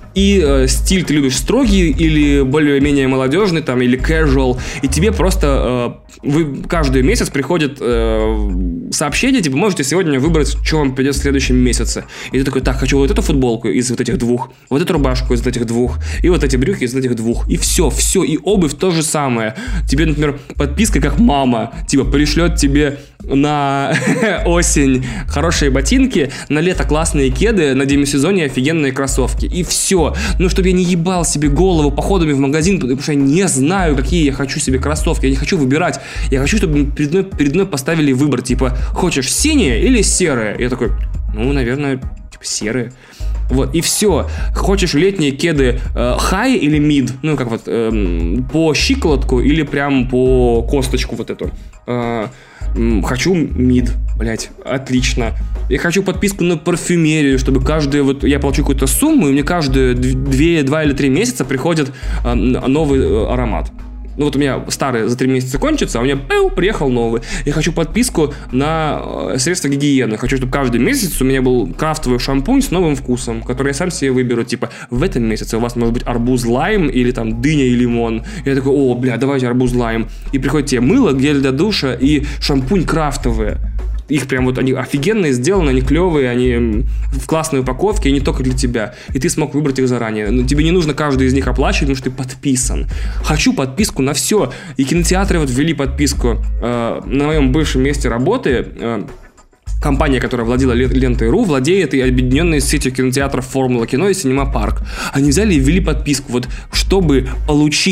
и э, стиль ты любишь строгий или более-менее молодежный, там, или casual, и тебе просто э, вы, каждый месяц приходит э, сообщение, типа, можете сегодня выбрать, что вам придет в следующем месяце. И ты такой, так, хочу вот эту футболку из вот этих двух, вот эту рубашку из вот этих двух, и вот эти брюки из вот этих двух, и все, все, и обувь то же самое. Тебе, например, подписка как мама, типа, пришлет тебе на осень хорошие ботинки, на лето классные кеды, на демисезоне офигенные кроссовки, и все. Ну, чтобы я не ебал себе голову походами в магазин, потому что я не знаю, какие я хочу себе кроссовки, я не хочу выбирать, я хочу, чтобы перед мной, перед мной поставили выбор, типа, хочешь синее или серое? Я такой, ну, наверное, типа, серые. Вот, и все. Хочешь летние кеды э, high или mid? Ну, как вот, э, по щиколотку или прям по косточку вот эту. Э, Хочу мид, блять, отлично. Я хочу подписку на парфюмерию, чтобы каждую, вот я получу какую-то сумму, и мне каждые две, два или три месяца приходит э, новый э, аромат. Ну вот у меня старый за три месяца кончится, а у меня пэу, приехал новый. Я хочу подписку на э, средства гигиены. Хочу, чтобы каждый месяц у меня был крафтовый шампунь с новым вкусом, который я сам себе выберу. Типа, в этом месяце у вас может быть арбуз-лайм или там дыня и лимон. Я такой, о, бля, давайте арбуз-лайм. И приходит тебе мыло, гель для душа и шампунь крафтовые. Их прям вот, они офигенные сделаны, они клевые, они в классной упаковке, и не только для тебя. И ты смог выбрать их заранее. Но тебе не нужно каждый из них оплачивать, потому что ты подписан. Хочу подписку на все. И кинотеатры вот ввели подписку. Э, на моем бывшем месте работы э, компания, которая владела Лентой.ру, владеет и объединенной сетью кинотеатров Формула Кино и Синема Парк. Они взяли и ввели подписку. Вот, чтобы получить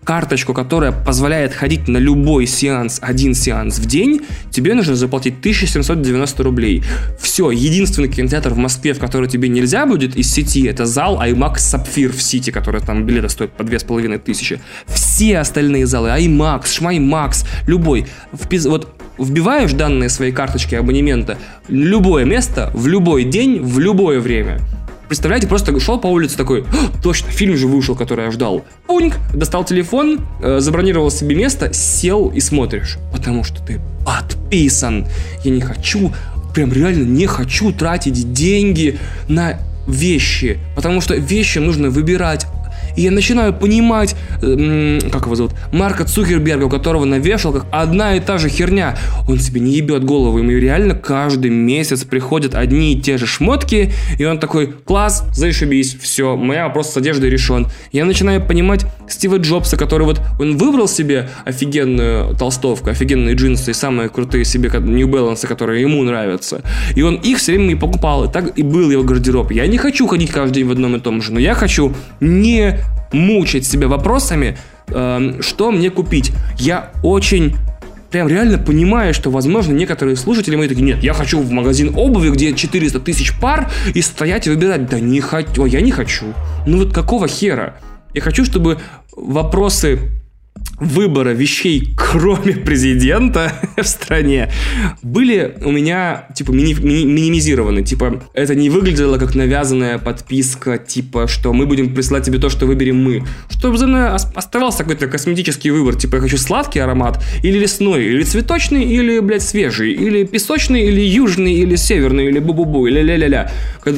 карточку, которая позволяет ходить на любой сеанс, один сеанс в день, тебе нужно заплатить тысяча семьсот девяносто рублей. Все, единственный кинотеатр в Москве, в который тебе нельзя будет из сети, это зал IMAX Sapphire в Сити, который там билеты стоят по две с половиной тысячи. Все остальные залы, IMAX, Шмаймакс, любой, впис... вот вбиваешь данные своей карточки абонемента, любое место, в любой день, в любое время. Представляете, просто шел по улице такой, точно, фильм же вышел, который я ждал. Пуньк, достал телефон, э, забронировал себе место, сел и смотришь. Потому что ты подписан. Я не хочу, прям реально не хочу тратить деньги на вещи. Потому что вещи нужно выбирать. И я начинаю понимать, э, как его зовут, Марка Цукерберга, у которого на вешалках одна и та же херня. Он себе не ебет голову, ему реально каждый месяц приходят одни и те же шмотки, и он такой, класс, зашибись, все, моя вопрос с одеждой решен. Я начинаю понимать Стива Джобса, который вот, он выбрал себе офигенную толстовку, офигенные джинсы и самые крутые себе New Balance, которые ему нравятся. И он их все время и покупал, и так и был его гардероб. Я не хочу ходить каждый день в одном и том же, но я хочу не мучить себя вопросами, э, что мне купить. Я очень прям реально понимаю, что, возможно, некоторые слушатели мои такие, нет, я хочу в магазин обуви, где четыреста тысяч пар, и стоять и выбирать. Да не хочу, я не хочу. Ну вот какого хера? Я хочу, чтобы вопросы выбора вещей, кроме президента в стране, были у меня, типа, мини- мини- минимизированы. Типа, это не выглядело как навязанная подписка, типа, что мы будем присылать тебе то, что выберем мы. Чтобы за мной оставался какой-то косметический выбор. Типа, я хочу сладкий аромат, или лесной, или цветочный, или, блядь, свежий, или песочный, или южный, или северный, или бу-бу-бу, или ля-ля-ля.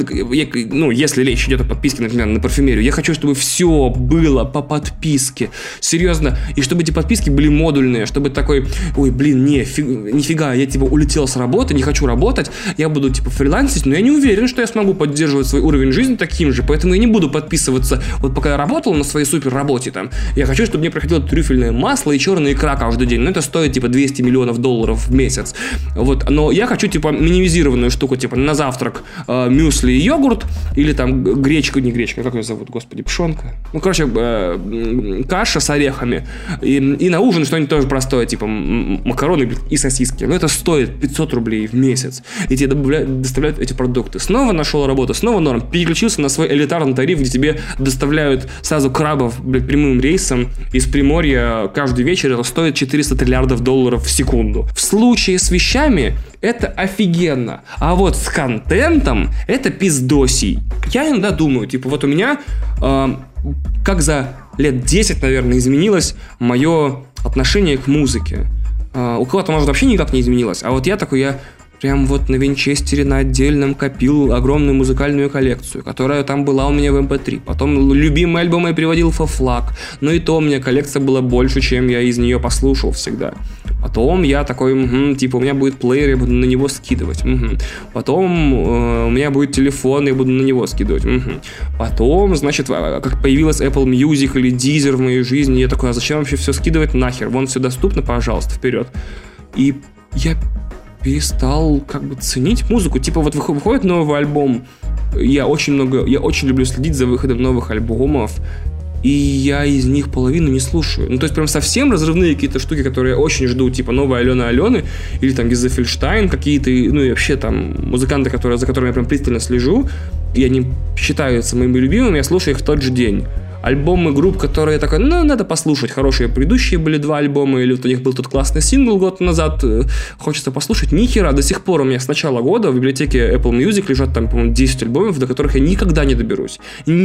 Ну, если речь идет о подписке, например, на парфюмерию, я хочу, чтобы все было по подписке. Серьезно. И чтобы эти подписки были модульные, чтобы такой, ой, блин, не, фиг, нифига, я типа улетел с работы, не хочу работать, я буду типа фрилансить, но я не уверен, что я смогу поддерживать свой уровень жизни таким же, поэтому я не буду подписываться, вот пока я работал на своей супер работе там, я хочу, чтобы мне приходило трюфельное масло и черная икра каждый день, но это стоит типа двести миллионов долларов в месяц, вот, но я хочу типа минимизированную штуку, типа на завтрак э, мюсли и йогурт, или там гречка, не гречка, как ее зовут, господи, пшенка, ну, короче, э, каша с орехами. И, и на ужин что-нибудь тоже простое, типа макароны и сосиски. Но это стоит пятьсот рублей в месяц. И тебе добавляют, доставляют эти продукты. Снова нашел работу, снова норм. Переключился на свой элитарный тариф, где тебе доставляют сразу крабов, блядь, прямым рейсом из Приморья каждый вечер. Это стоит четыреста триллиардов долларов в секунду. В случае с вещами это офигенно. А вот с контентом это пиздосий. Я иногда думаю, типа вот у меня э, как за лет десять, наверное, изменилось мое отношение к музыке. Uh, у кого-то, может, вообще никак не изменилось. А вот я такой, я прям вот на винчестере на отдельном копил огромную музыкальную коллекцию, которая там была у меня в эм пэ три. Потом любимые альбомы я переводил в флаг. Но и то у меня коллекция была больше, чем я из нее послушал всегда. Потом я такой, угу, типа, у меня будет плеер, я буду на него скидывать. Угу. Потом э, у меня будет телефон, я буду на него скидывать. Угу. Потом, значит, как появилась Apple Music или Deezer в моей жизни, я такой, а зачем вообще все скидывать нахер? Вон все доступно, пожалуйста, вперед. И я перестал как бы ценить музыку. Типа, вот выходит новый альбом, я очень много, я очень люблю следить за выходом новых альбомов, и я из них половину не слушаю. Ну, то есть, прям совсем разрывные какие-то штуки, которые я очень жду, типа новая Алена Алены, или там Гизефельштайн, какие-то, ну, и вообще там музыканты, которые, за которыми я прям пристально слежу, и они считаются моими любимыми, я слушаю их в тот же день. Альбомы групп, которые я такой, ну, надо послушать. Хорошие предыдущие были два альбома, или вот у них был тут классный сингл год назад, хочется послушать. Ни хера, до сих пор у меня с начала года в библиотеке Apple Music лежат там, по-моему, десять альбомов, до которых я никогда не доберусь.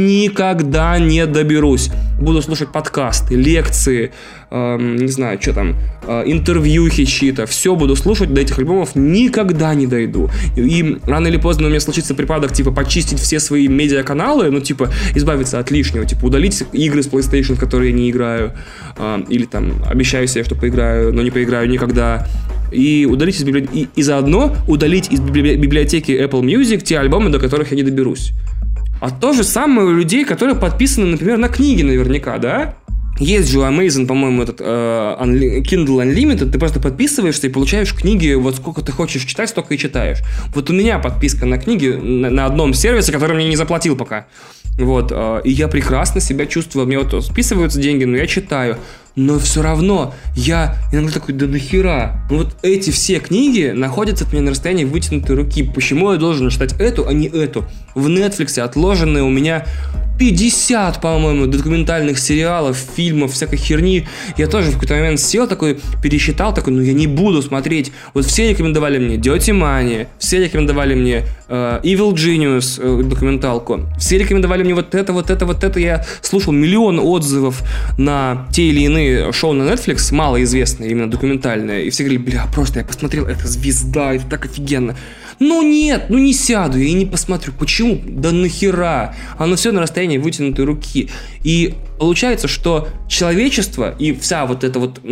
Никогда не доберусь. Буду слушать подкасты, лекции, э, не знаю, что там, э, интервьюхи чьи-то. Все буду слушать, до этих альбомов никогда не дойду. И, и рано или поздно у меня случится припадок, типа, почистить все свои медиаканалы, ну, типа, избавиться от лишнего, типа, удалить игры с PlayStation, в которые я не играю, э, или там обещаю себе, что поиграю, но не поиграю никогда, и удалить из библиотеки, и, и заодно удалить из библиотеки Apple Music те альбомы, до которых я не доберусь. А то же самое у людей, которые подписаны, например, на книги наверняка, да? Есть же у Amazon, по-моему, этот uh, Kindle Unlimited, ты просто подписываешься и получаешь книги, вот сколько ты хочешь читать, столько и читаешь. Вот у меня подписка на книги на, на одном сервисе, который мне не заплатил пока. Вот, uh, и я прекрасно себя чувствую, мне вот списываются деньги, но я читаю. Но все равно я иногда такой, да нахера? Ну вот эти все книги находятся от меня на расстоянии вытянутой руки. Почему я должен читать эту, а не эту? В Netflix отложенные у меня пятьдесят, по-моему, документальных сериалов, фильмов, всякой херни. Я тоже в какой-то момент сел такой, пересчитал, такой, ну я не буду смотреть. Вот все рекомендовали мне Dirty Money, все рекомендовали мне uh, Evil Genius, uh, документалку. Все рекомендовали мне вот это, вот это, вот это. Я слушал миллион отзывов на те или иные шоу на Netflix, малоизвестные, именно документальные. И все говорили, бля, просто я посмотрел, это звезда, это так офигенно. Ну нет, ну не сяду, я и не посмотрю. Почему? Да нахера? Оно все на расстоянии вытянутой руки. И получается, что человечество и вся вот эта вот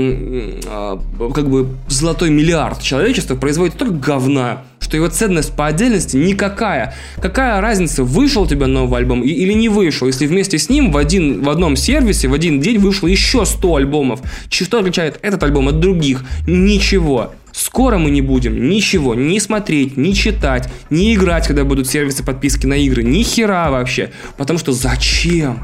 как бы золотой миллиард человечества производит только говна, что его ценность по отдельности никакая. Какая разница, вышел у тебя новый альбом или не вышел, если вместе с ним в, один, в одном сервисе в один день вышло еще сто альбомов? Что отличает этот альбом от других? Ничего. Скоро мы не будем ничего ни смотреть, ни читать, ни играть, когда будут сервисы подписки на игры. Ни хера вообще. Потому что зачем?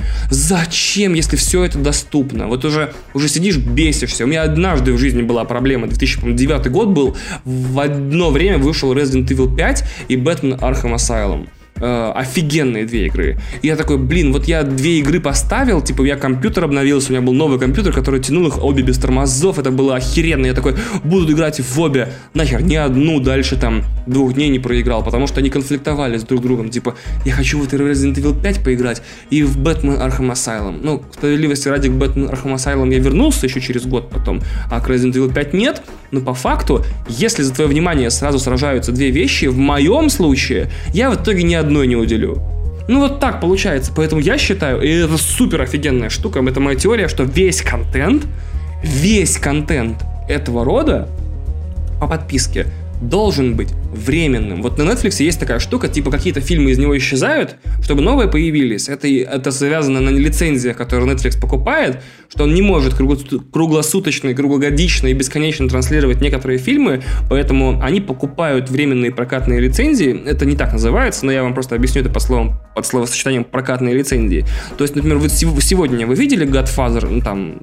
Зачем, если все это доступно? Вот уже, уже сидишь, бесишься. У меня однажды в жизни была проблема. две тысячи девятый год был. В одно время вышел Resident Evil пять и Batman Arkham Asylum. Э, офигенные две игры. И я такой, блин, вот я две игры поставил, типа я компьютер обновился, у меня был новый компьютер, который тянул их обе без тормозов, это было охеренно. Я такой, буду играть в обе, нахер, ни одну дальше там двух дней не проиграл, потому что они конфликтовали с друг другом. Типа, я хочу в Resident Evil пять поиграть и в Batman Arkham Asylum. Ну, справедливости ради, к Batman Arkham Asylum я вернулся еще через год потом, а к Resident Evil пять нет. Но по факту, если за твое внимание сразу сражаются две вещи, в моем случае я в итоге ни одной не уделю. Ну вот так получается. Поэтому я считаю, и это супер офигенная штука, это моя теория, что весь контент, весь контент этого рода по подписке должен быть временным. Вот на Netflix есть такая штука, типа какие-то фильмы из него исчезают, чтобы новые появились. Это, это связано на лицензиях, которые Netflix покупает, что он не может круглосуточно, круглогодично и бесконечно транслировать некоторые фильмы, поэтому они покупают временные прокатные лицензии. Это не так называется, но я вам просто объясню это под, словом, под словосочетанием прокатные лицензии. То есть, например, вы сегодня вы видели Godfather, ну там...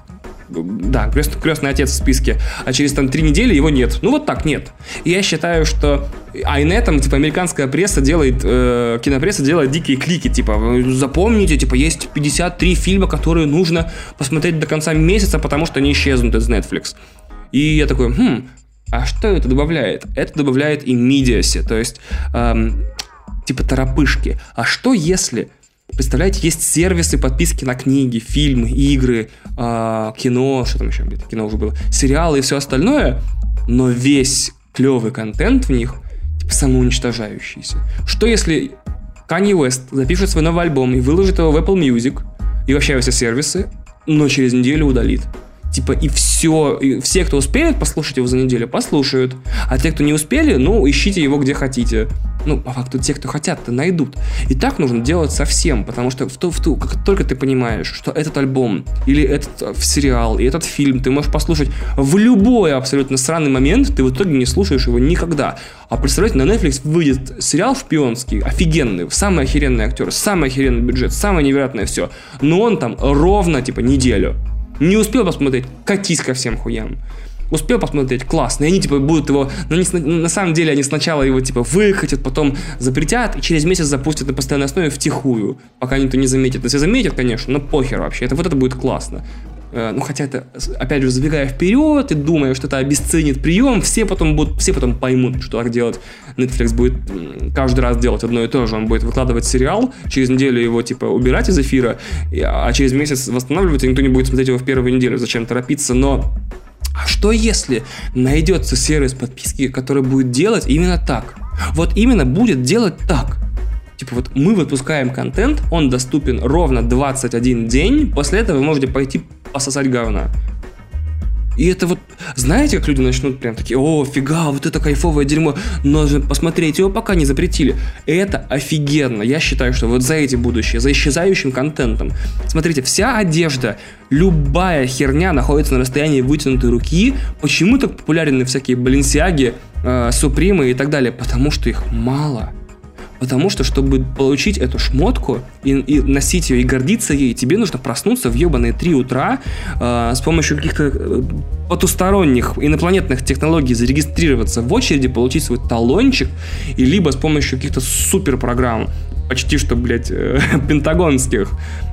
Да, крест, крестный отец в списке, а через там три недели его нет. Ну вот так нет. И я считаю, что... А и на этом, типа, американская пресса делает, э, кинопресса делает дикие клики, типа, запомните, типа, есть пятьдесят три фильма, которые нужно посмотреть до конца месяца, потому что они исчезнут из Netflix. И я такой, хм, а что это добавляет? Это добавляет immediacy, то есть, эм, типа, торопышки. А что если... Представляете, есть сервисы подписки на книги, фильмы, игры, э, кино, что там еще, где-то кино уже было, сериалы и все остальное, но весь клевый контент в них типа самоуничтожающийся. Что если Kanye West запишет свой новый альбом и выложит его в Apple Music и вообще во все сервисы, но через неделю удалит? Типа, и все, и все, кто успеют послушать его за неделю, послушают. А те, кто не успели, ну, ищите его где хотите. Ну, по факту, те, кто хотят-то найдут. И так нужно делать со всем, потому что в ту, в ту, как только ты понимаешь, что этот альбом, или этот сериал, и этот фильм ты можешь послушать в любой абсолютно сраный момент, ты в итоге не слушаешь его никогда. А представляете, на Netflix выйдет сериал шпионский, офигенный, самый охеренный актер, самый охеренный бюджет, самое невероятное все. Но он там ровно, типа, неделю. Не успел посмотреть, катись ко всем хуям. Успел посмотреть, классно. И они типа будут его... Ну, не, на самом деле они сначала его типа выкатят, потом запретят, и через месяц запустят на постоянной основе втихую, пока никто не заметит. Если заметят, конечно, но похер вообще. Это, вот это будет классно. Э, ну, хотя это, опять же, забегая вперед и думая, что это обесценит прием, все потом будут, все потом поймут, что так делать. Netflix будет каждый раз делать одно и то же. Он будет выкладывать сериал, через неделю его типа убирать из эфира, а через месяц восстанавливать, и никто не будет смотреть его в первую неделю. Зачем торопиться? Но а что если найдется сервис подписки, который будет делать именно так? Вот именно будет делать так. Типа вот мы выпускаем контент, он доступен ровно двадцать один день, после этого вы можете пойти пососать говна. И это вот, знаете, как люди начнут прям такие, о, фига, вот это кайфовое дерьмо, нужно посмотреть, его пока не запретили. Это офигенно. Я считаю, что вот за эти будущее, за исчезающим контентом. Смотрите, вся одежда, любая херня находится на расстоянии вытянутой руки. Почему так популярны всякие Баленсиаги, э, Супримы и так далее? Потому что их мало. Потому что, чтобы получить эту шмотку и, и носить ее, и гордиться ей, тебе нужно проснуться в ебаные три утра э, с помощью каких-то потусторонних инопланетных технологий зарегистрироваться в очереди, получить свой талончик, и либо с помощью каких-то суперпрограмм, почти что, блядь, э, пентагонских,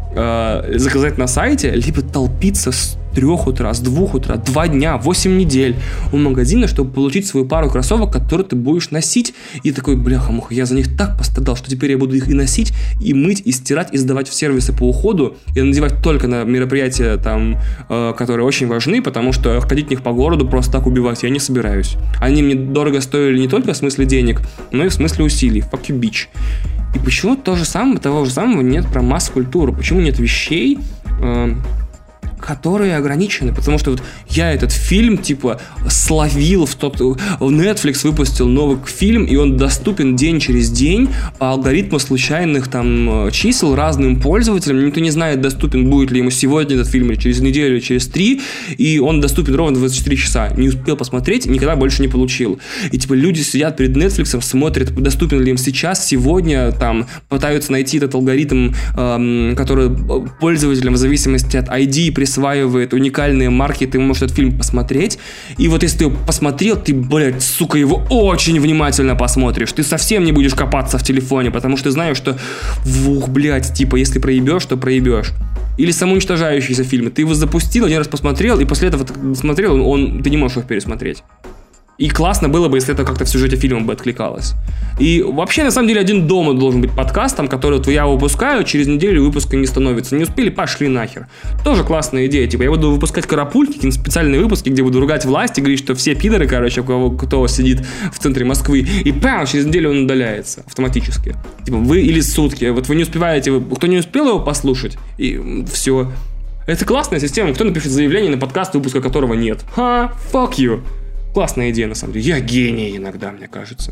э, заказать на сайте, либо толпиться с трех утра, с двух утра, два дня, восемь недель у магазина, чтобы получить свою пару кроссовок, которые ты будешь носить. И такой, бляха-муха, я за них так пострадал, что теперь я буду их и носить, и мыть, и стирать, и сдавать в сервисы по уходу, и надевать только на мероприятия, там, э, которые очень важны, потому что ходить в них по городу просто так убивать я не собираюсь. Они мне дорого стоили не только в смысле денег, но и в смысле усилий. Fuck you, bitch. И почему то же самое, того же самого нет про масс-культуру? Почему нет вещей, э, которые ограничены? Потому что вот я этот фильм, типа, словил в тот... Netflix выпустил новый фильм, и он доступен день через день по алгоритму случайных там чисел разным пользователям. Никто не знает, доступен будет ли ему сегодня этот фильм, или через неделю, или через три, и он доступен ровно двадцать четыре часа. Не успел посмотреть, никогда больше не получил. И типа люди сидят перед Netflix, смотрят, доступен ли им сейчас, сегодня, там, пытаются найти этот алгоритм, эм, который пользователям в зависимости от ай ди присваивает присваивает уникальные марки, ты можешь этот фильм посмотреть, и вот если ты его посмотрел, ты, блядь, сука, его очень внимательно посмотришь, ты совсем не будешь копаться в телефоне, потому что ты знаешь, что, ух, блядь, типа, если проебешь, то проебешь. Или самоуничтожающиеся фильмы, ты его запустил, один раз посмотрел, и после этого ты смотрел, он, ты не можешь его пересмотреть. И классно было бы, если это как-то в сюжете фильма бы откликалось. И вообще, на самом деле, «Один дома» должен быть подкастом, который вот я выпускаю, через неделю выпуска не становится. Не успели, пошли нахер. Тоже классная идея. Типа, я буду выпускать карапульки, какие-то специальные выпуски, где буду ругать власть и говорить, что все пидоры, короче, у кого кто сидит в центре Москвы. И пам, через неделю он удаляется автоматически. Типа, вы или сутки. Вот вы не успеваете, вы, кто не успел его послушать, и все. Это классная система. Кто напишет заявление на подкаст, выпуска которого нет? Ха, fuck you. Классная идея, на самом деле. Я гений иногда, мне кажется.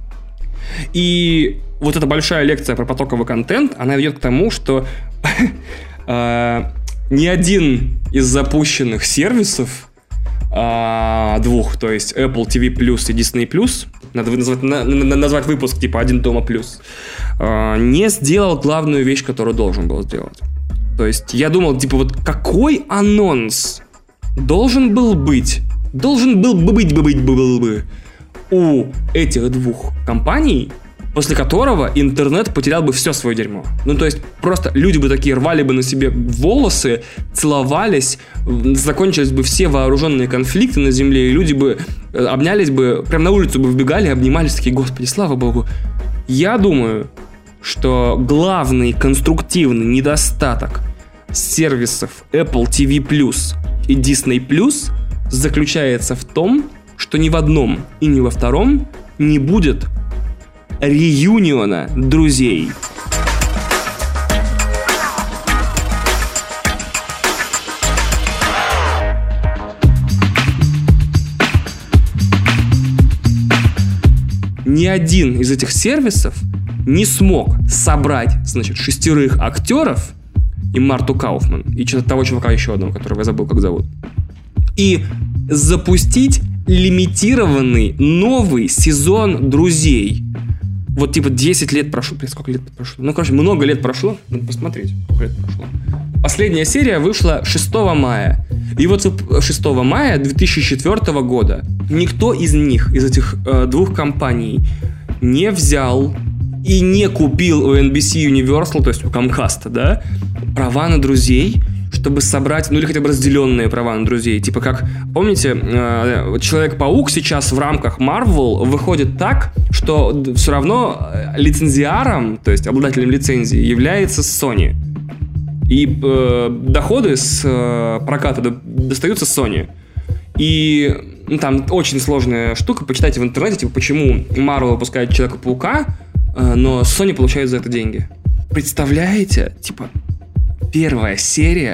И вот эта большая лекция про потоковый контент, она ведет к тому, что ни один из запущенных сервисов, двух, то есть Apple ти ви плюс и Disney плюс, надо назвать, назвать выпуск типа «Один дома плюс», не сделал главную вещь, которую должен был сделать. То есть я думал, типа, вот какой анонс должен был быть Должен был бы быть, бы быть, был бы у этих двух компаний, после которого интернет потерял бы все свое дерьмо. Ну, то есть, просто люди бы такие рвали бы на себе волосы, целовались, закончились бы все вооруженные конфликты на земле, и люди бы обнялись бы, прям на улицу бы вбегали, обнимались, такие, господи, слава богу. Я думаю, что главный конструктивный недостаток сервисов Apple ти ви плюс и Disney плюс заключается в том, что ни в одном и ни во втором не будет реюниона друзей. Ни один из этих сервисов не смог собрать, значит, шестерых актеров и Марту Кауфман, и что-то того чувака еще одного, которого я забыл, как зовут, и запустить лимитированный новый сезон «Друзей». Вот типа десять лет прошло. Блин, сколько лет прошло? Ну, короче, много лет прошло. Надо посмотреть, сколько лет прошло. Последняя серия вышла шестого мая. И вот шестого мая две тысячи четвёртого года никто из них, из этих э, двух компаний, не взял и не купил у эн би си Universal, то есть у Comcast, да, права на «Друзей», чтобы собрать, ну или хотя бы разделенные права на «Друзей». Типа как, помните, Человек-паук сейчас в рамках Marvel выходит так, что все равно лицензиаром, то есть обладателем лицензии, является Sony. И э, доходы с э, проката до, достаются Sony. И ну, там очень сложная штука, почитайте в интернете, типа почему Marvel выпускает Человека-паука, э, но Sony получает за это деньги. Представляете? Типа первая серия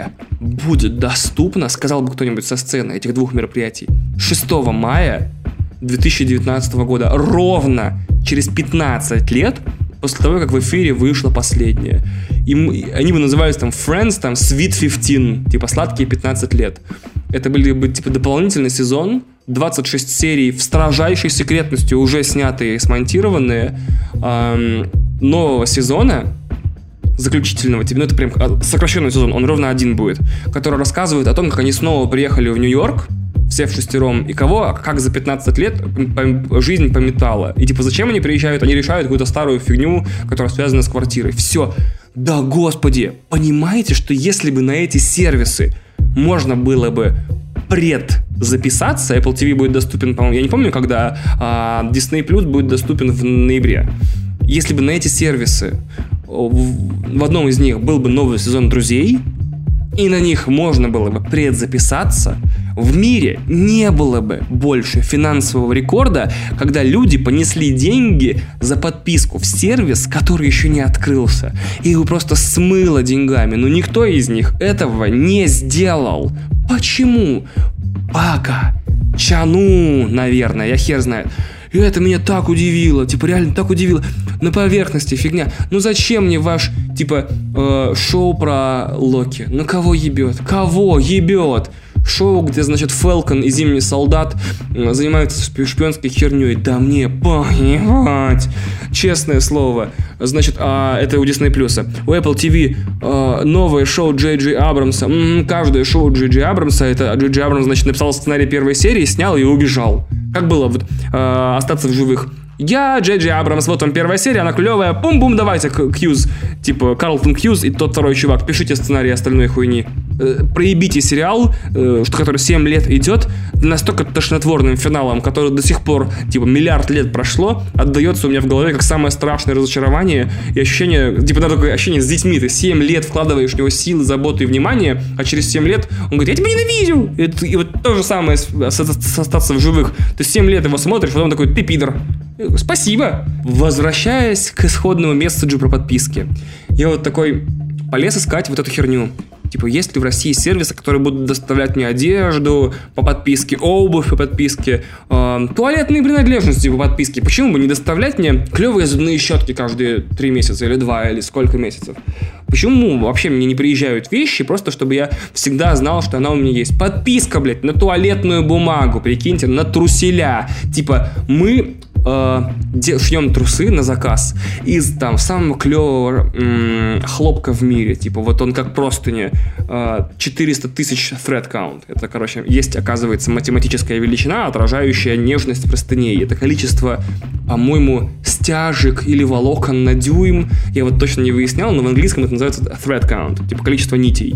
будет доступна, сказал бы кто-нибудь со сцены этих двух мероприятий, шестого мая две тысячи девятнадцатого года, ровно через пятнадцать лет после того, как в эфире вышло последнее. И мы, они бы назывались там Friends, там Sweet пятнадцать, типа сладкие пятнадцать лет. Это были бы типа дополнительный сезон, двадцать шесть серий в строжайшей секретности, уже снятые и смонтированные, эм, нового сезона, заключительного, типа, ну это прям сокращенный сезон, он ровно один будет, который рассказывает о том, как они снова приехали в Нью-Йорк, все в шестером, и кого, как за пятнадцать лет жизнь пометала. И типа, зачем они приезжают? Они решают какую-то старую фигню, которая связана с квартирой. Все. Да, господи, понимаете, что если бы на эти сервисы можно было бы предзаписаться, Apple ти ви будет доступен, по-моему, я не помню, когда, а Disney Plus будет доступен в ноябре. Если бы на эти сервисы в, в одном из них был бы новый сезон «Друзей», и на них можно было бы предзаписаться, в мире не было бы больше финансового рекорда, когда люди понесли деньги за подписку в сервис, который еще не открылся. И его просто смыло деньгами. Но никто из них этого не сделал. Почему? Пока. Чану, наверное, я хер знает. И это меня так удивило, типа реально так удивило. На поверхности фигня. Ну зачем мне ваш, типа, э, шоу про Локи? Ну кого ебет? Кого ебет? Шоу, где, значит, Фэлкон и Зимний Солдат э, занимаются шпионской херней. Да мне поебать. Честное слово. Значит, а, это у Disney+. У Apple ти ви э, новое шоу Джей Джей Абрамса. М-м, каждое шоу Джей Джей Абрамса, это Джей Джей Абрамс, значит, написал сценарий первой серии, снял и убежал. Как было вот э, остаться в живых? Я, Джей Джей Абрамс, вот вам первая серия, она клевая, бум-бум, давайте, Кьюз, типа Карлтон Кьюз и тот второй чувак, пишите сценарий остальной хуйни. Э, проебите сериал, э, что, который семь лет идет, настолько тошнотворным финалом, который до сих пор, типа, миллиард лет прошло, отдается у меня в голове как самое страшное разочарование и ощущение, типа, да, такое ощущение с детьми, ты семь лет вкладываешь в него силы, заботы и внимание, а через семь лет он говорит, я тебя ненавижу! И, и вот то же самое с, с, с остаться в живых. Ты семь лет его смотришь, потом такой, ты пидор. Спасибо. Возвращаясь к исходному месседжу про подписки, я вот такой полез искать вот эту херню. Типа, есть ли в России сервисы, которые будут доставлять мне одежду по подписке, обувь по подписке, э, туалетные принадлежности по подписке. Почему бы не доставлять мне клевые зубные щетки каждые три месяца или два, или сколько месяцев? Почему вообще мне не приезжают вещи, просто чтобы я всегда знал, что она у меня есть? Подписка, блядь, на туалетную бумагу, прикиньте, на труселя. Типа, мы... Uh, шьем трусы на заказ из там самого клевого м- хлопка в мире. Типа вот он как простыня, uh, четыреста тысяч thread count. Это, короче, есть, оказывается, математическая величина, отражающая нежность простыней. Это количество, по-моему, стяжек или волокон на дюйм. Я вот точно не выяснял, но в английском это называется thread count. Типа количество нитей.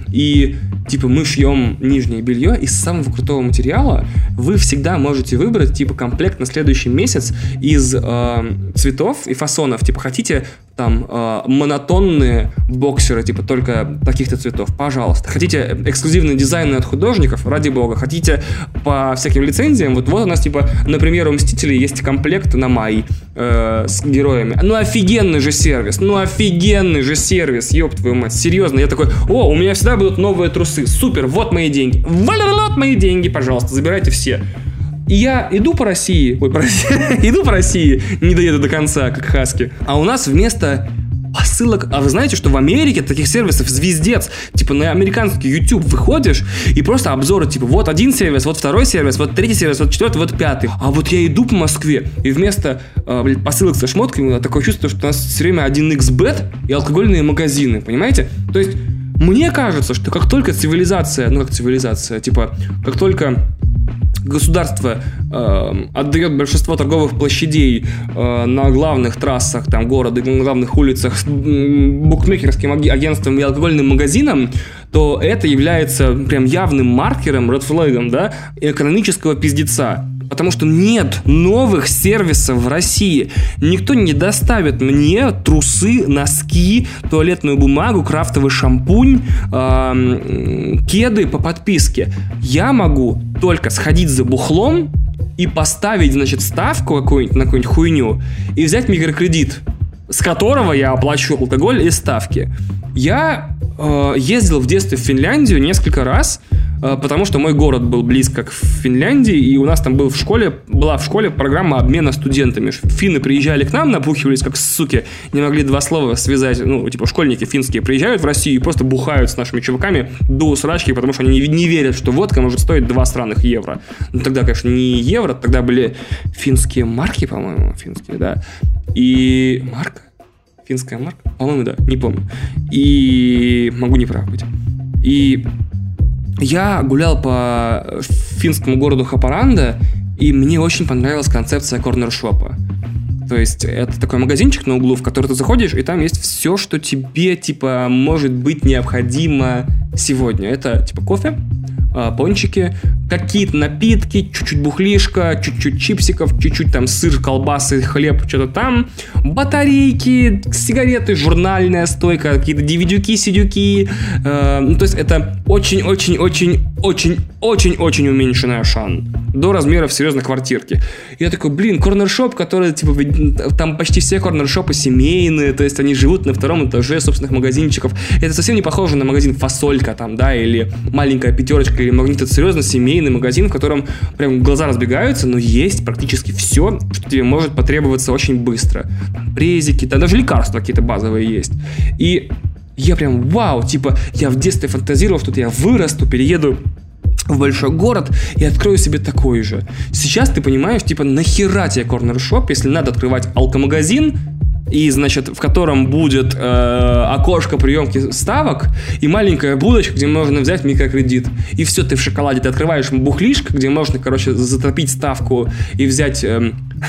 И типа мы шьем нижнее белье из самого крутого материала. Вы всегда можете выбрать типа комплект на следующий месяц из э, цветов и фасонов. Типа хотите там э, монотонные боксеры, типа только таких-то цветов, пожалуйста. Хотите эксклюзивные дизайны от художников, ради бога. Хотите по всяким лицензиям, вот, вот у нас типа, например, у Мстителей есть комплект на май э, с героями. Ну офигенный же сервис, ну офигенный же сервис, ёб твою мать, серьезно. Я такой, о, у меня всегда будут новые трусы, супер, вот мои деньги, вот мои деньги, пожалуйста, забирайте все. И я иду по России, ой, по России, иду по России, не доеду до конца, как хаски. А у нас вместо посылок, а вы знаете, что в Америке таких сервисов звездец, типа на американский YouTube выходишь и просто обзоры, типа вот один сервис, вот второй сервис, вот третий сервис, вот четвертый, вот пятый. А вот я иду по Москве и вместо э, блядь, посылок со шмотками такое чувство, что у нас все время один икс бет и алкогольные магазины, понимаете? То есть мне кажется, что как только цивилизация, ну как цивилизация, типа как только государство э, отдает большинство торговых площадей э, на главных трассах там, города, на главных улицах букмекерским агентствам и алкогольным магазинам, то это является прям явным маркером, редфлэгом, да, экономического пиздеца. Потому что нет новых сервисов в России. Никто не доставит мне трусы, носки, туалетную бумагу, крафтовый шампунь, э, кеды по подписке. Я могу только сходить за бухлом и поставить, значит, ставку какую-нибудь на какую-нибудь хуйню и взять микрокредит, с которого я оплачу алкоголь и ставки. Я э, ездил в детстве в Финляндию несколько раз, э, потому что мой город был близко к Финляндии, и у нас там был в школе, была в школе программа обмена студентами. Финны приезжали к нам, напухивались как суки, не могли два слова связать, ну, типа школьники финские приезжают в Россию и просто бухают с нашими чуваками до усрачки, потому что они не, не верят, что водка может стоить два странных евро. Ну, тогда, конечно, не евро, тогда были финские марки, по-моему, финские, да, и марка? Финская марка? По-моему, да, не помню. И могу не прав быть. И я гулял по финскому городу Хапаранда, и мне очень понравилась концепция корнер-шопа. То есть это такой магазинчик на углу, в который ты заходишь, и там есть все, что тебе, типа, может быть необходимо сегодня. Это, типа, кофе, пончики, какие-то напитки, чуть-чуть бухлишка, чуть-чуть чипсиков, чуть-чуть там сыр, колбасы, хлеб, что-то там, батарейки, сигареты, журнальная стойка, какие-то ди ви ди-ки, си-дюки. Э, ну, то есть это очень-очень-очень-очень-очень-очень уменьшенный Ашан. До размеров серьезно квартирки. И я такой, блин, корнер-шоп, который, типа, там почти все корнер-шопы семейные, то есть они живут на втором этаже собственных магазинчиков. Это совсем не похоже на магазин «Фасолька», там, да, или «Маленькая пятерочка», или «Магнит». Это серьезно семейный магазин, в котором прям глаза разбегаются, но есть практически все, что тебе может потребоваться очень быстро. Там презики, там даже лекарства какие-то базовые есть. И я прям, вау, типа, я в детстве фантазировал, что я вырасту, перееду в большой город и открою себе такой же. Сейчас ты понимаешь, типа, нахера тебе корнер-шоп, если надо открывать алкомагазин, и, значит, в котором будет э, окошко приемки ставок и маленькая будочка, где можно взять микрокредит. И все, ты в шоколаде. Ты открываешь бухлишко, где можно, короче, затопить ставку и взять э,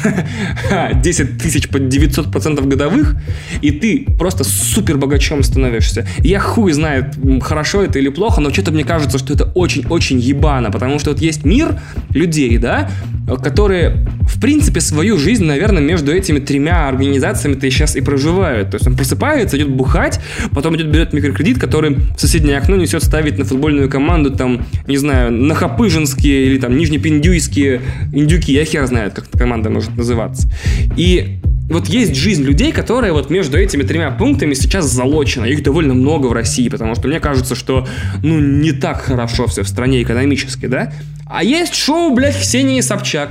десять тысяч под девятьсот процентов годовых, и ты просто супер богачом становишься. Я хуй знает, хорошо это или плохо, но что-то мне кажется, что это очень-очень ебано, потому что вот есть мир людей, да, которые, в принципе, свою жизнь, наверное, между этими тремя организациями-то и сейчас и проживают. То есть он просыпается, идет бухать, потом идет берет микрокредит, который в соседнее окно несет ставить на футбольную команду, там, не знаю, Нахапыжинские или там Нижнепиндюйские индюки, я хер знает, как эта команда может называться. И вот есть жизнь людей, которая вот между этими тремя пунктами сейчас залочена. Их довольно много в России, потому что мне кажется, что, ну, не так хорошо все в стране экономически, да? А есть шоу, блядь, Ксении Собчак.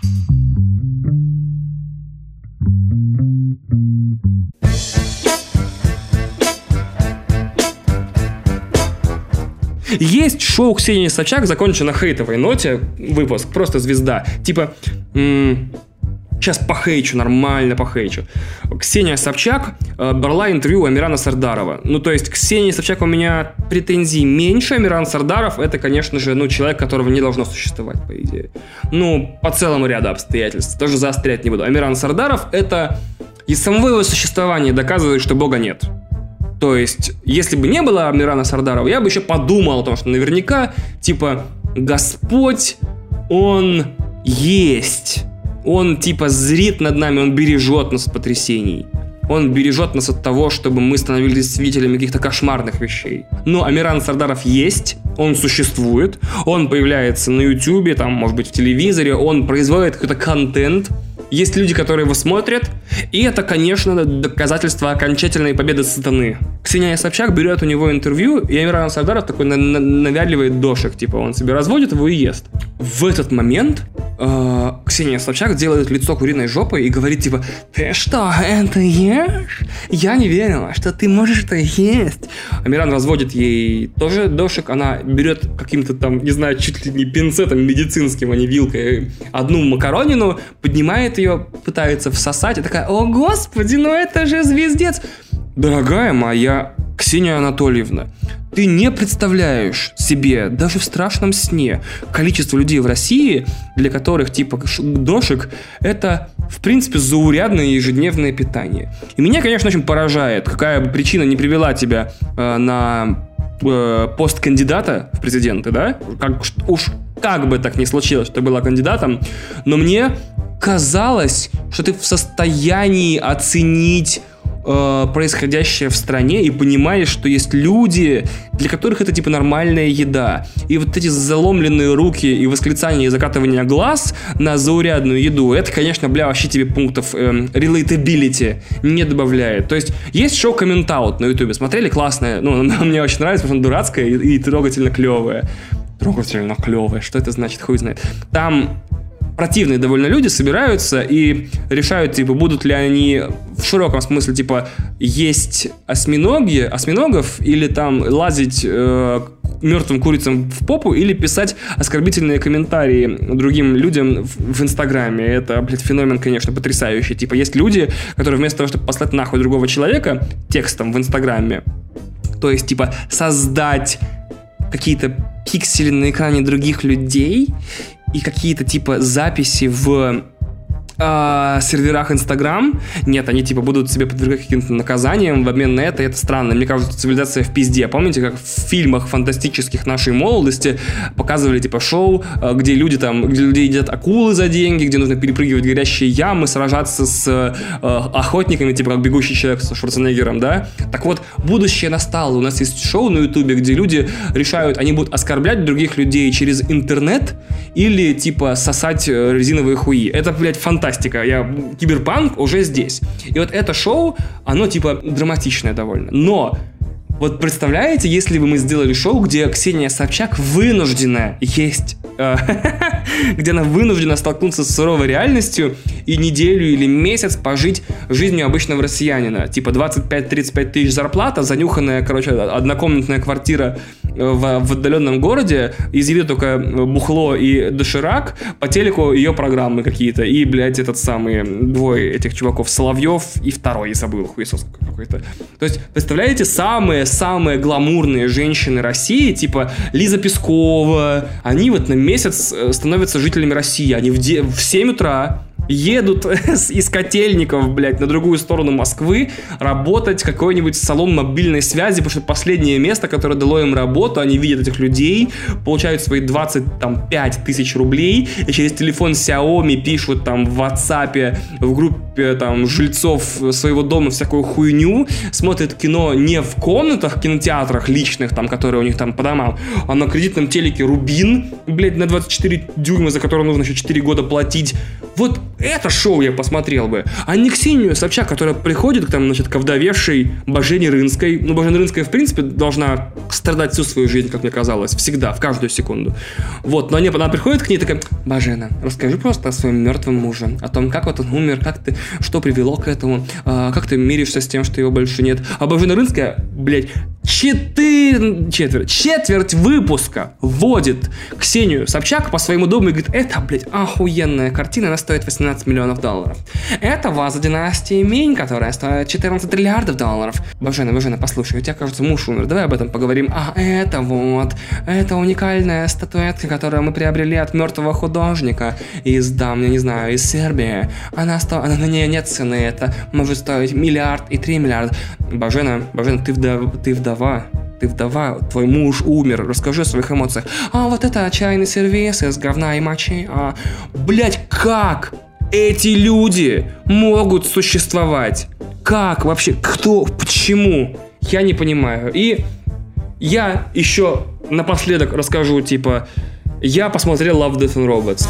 Есть шоу Ксении Собчак, закончено на хейтовой ноте, выпуск, просто звезда. Типа, м- сейчас похейчу, нормально похейчу. Ксения Собчак э, брала интервью у Амирана Сардарова. Ну, то есть, Ксении Собчак у меня претензий меньше. Амиран Сардаров — это, конечно же, ну, человек, которого не должно существовать, по идее. Ну, по целому ряду обстоятельств. Тоже заострять не буду. Амиран Сардаров — это из самого его существования доказывает, что Бога нет. То есть, если бы не было Амирана Сардарова, я бы еще подумал о том, что наверняка, типа, Господь, Он есть. Он, типа, зрит над нами, Он бережет нас от потрясений. Он бережет нас от того, чтобы мы становились свидетелями каких-то кошмарных вещей. Но Амиран Сардаров есть, он существует, он появляется на Ютубе, там, может быть, в телевизоре, он производит какой-то контент. Есть люди, которые его смотрят, и это, конечно, доказательство окончательной победы сатаны. Ксения Собчак берет у него интервью, и Амиран Сардаров такой навяливает дошек, типа он себе разводит его и ест. В этот момент э, Ксения Собчак делает лицо куриной жопой и говорит, типа, ты что, это ешь? Я не верила, что ты можешь это есть. Амиран разводит ей тоже дошек, она берет каким-то там, не знаю, чуть ли не пинцетом медицинским, а не вилкой, одну макаронину, поднимает ее, пытается всосать, и такая, о господи, ну это же звездец. Дорогая моя Ксения Анатольевна, ты не представляешь себе, даже в страшном сне, количество людей в России, для которых типа дошек это, в принципе, заурядное ежедневное питание. И меня, конечно, очень поражает, какая бы причина не привела тебя э, на э, пост кандидата в президенты, да? Как, уж как бы так ни случилось, что ты была кандидатом, но мне казалось, что ты в состоянии оценить э, происходящее в стране, и понимаешь, что есть люди, для которых это типа нормальная еда. И вот эти заломленные руки и восклицания и закатывание глаз на заурядную еду, это, конечно, бля, вообще тебе пунктов э, relatability не добавляет. То есть есть шоу Comment Out на ютубе, смотрели? Классное, ну, мне очень нравится, потому что дурацкое и, и трогательно клевое. Трогательно клевое, что это значит, хуй знает. Там противные довольно люди собираются и решают, типа, будут ли они в широком смысле, типа, есть осьминоги, осьминогов, или там лазить э, мертвым курицам в попу, или писать оскорбительные комментарии другим людям в, в Инстаграме. Это, блядь, феномен, конечно, потрясающий. Типа, есть люди, которые вместо того, чтобы послать нахуй другого человека текстом в Инстаграме, то есть, типа, создать какие-то пиксели на экране других людей и какие-то типа записи в э, серверах Инстаграм. Нет, они типа будут себе подвергать каким-то наказаниям в обмен на это, и это странно. Мне кажется, цивилизация в пизде. Помните, как в фильмах фантастических нашей молодости показывали типа шоу, э, где люди там, где люди едят акулы за деньги, где нужно перепрыгивать горящие ямы, сражаться с э, охотниками, типа как «Бегущий человек» со Шварценеггером, да? Так вот, будущее настало. У нас есть шоу на Ютубе, где люди решают, они будут оскорблять других людей через интернет или типа сосать резиновые хуи. Это, блядь, фантастика. Я, киберпанк уже здесь. И вот это шоу, оно типа драматичное довольно. Но вот представляете, если бы мы сделали шоу, где Ксения Собчак вынуждена есть, э, где она вынуждена столкнуться с суровой реальностью и неделю или месяц пожить жизнью обычного россиянина. Типа двадцать пять-тридцать пять тысяч зарплата, занюханная, короче, однокомнатная квартира в, в отдаленном городе, из еды только бухло и доширак, по телеку ее программы какие-то, и, блядь, этот самый, двое этих чуваков, Соловьев и второй, я забыл, хуесос какой-то. То есть, представляете, самые-самые гламурные женщины России, типа Лиза Пескова, они вот на месяц становятся жителями России, они в, де- в семь утра едут из Котельников, блядь, на другую сторону Москвы работать в какой-нибудь салон мобильной связи, потому что последнее место, которое дало им работу, они видят этих людей, получают свои двадцать пять тысяч рублей, и через телефон Xiaomi пишут там в WhatsApp, в группе там жильцов своего дома всякую хуйню, смотрят кино не в комнатах, кинотеатрах личных, там, которые у них там по домам, а на кредитном телеке Рубин, блядь, на двадцать четыре дюйма, за который нужно еще четыре года платить. Вот это шоу я посмотрел бы. А не Ксению Собчак, которая приходит к, там, значит, к овдовевшей Божене Рынской. Ну, Божена Рынская, в принципе, должна страдать всю свою жизнь, как мне казалось. Всегда, в каждую секунду. Вот, но они, она приходит к ней такая: Божена, расскажи просто о своем мертвом муже. О том, как вот он умер, как ты, что привело к этому, а, как ты миришься с тем, что его больше нет. А Божена Рынская, блядь, четыре, четверть, четверть выпуска вводит Ксению Собчак по своему дому и говорит: это, блядь, охуенная картина, она стоит восемнадцать миллионов долларов. Это ваза династии Минь, которая стоит четырнадцать триллиардов долларов. Божена, Божена, послушай, у тебя, кажется, муж умер, давай об этом поговорим. А это вот, это уникальная статуэтка, которую мы приобрели от мертвого художника из, там, я не знаю, из Сербии. Она, сто... она на нее нет цены, это может стоить миллиард и три миллиарда. Божена, Божена, ты, вдов... ты вдова. Ты вдова, твой муж умер, расскажи о своих эмоциях. А вот это чайный сервис из говна и мочи. А, блять, как эти люди могут существовать? Как вообще? Кто? Почему? Я не понимаю. И я еще напоследок расскажу, типа, я посмотрел Love, Death and Robots.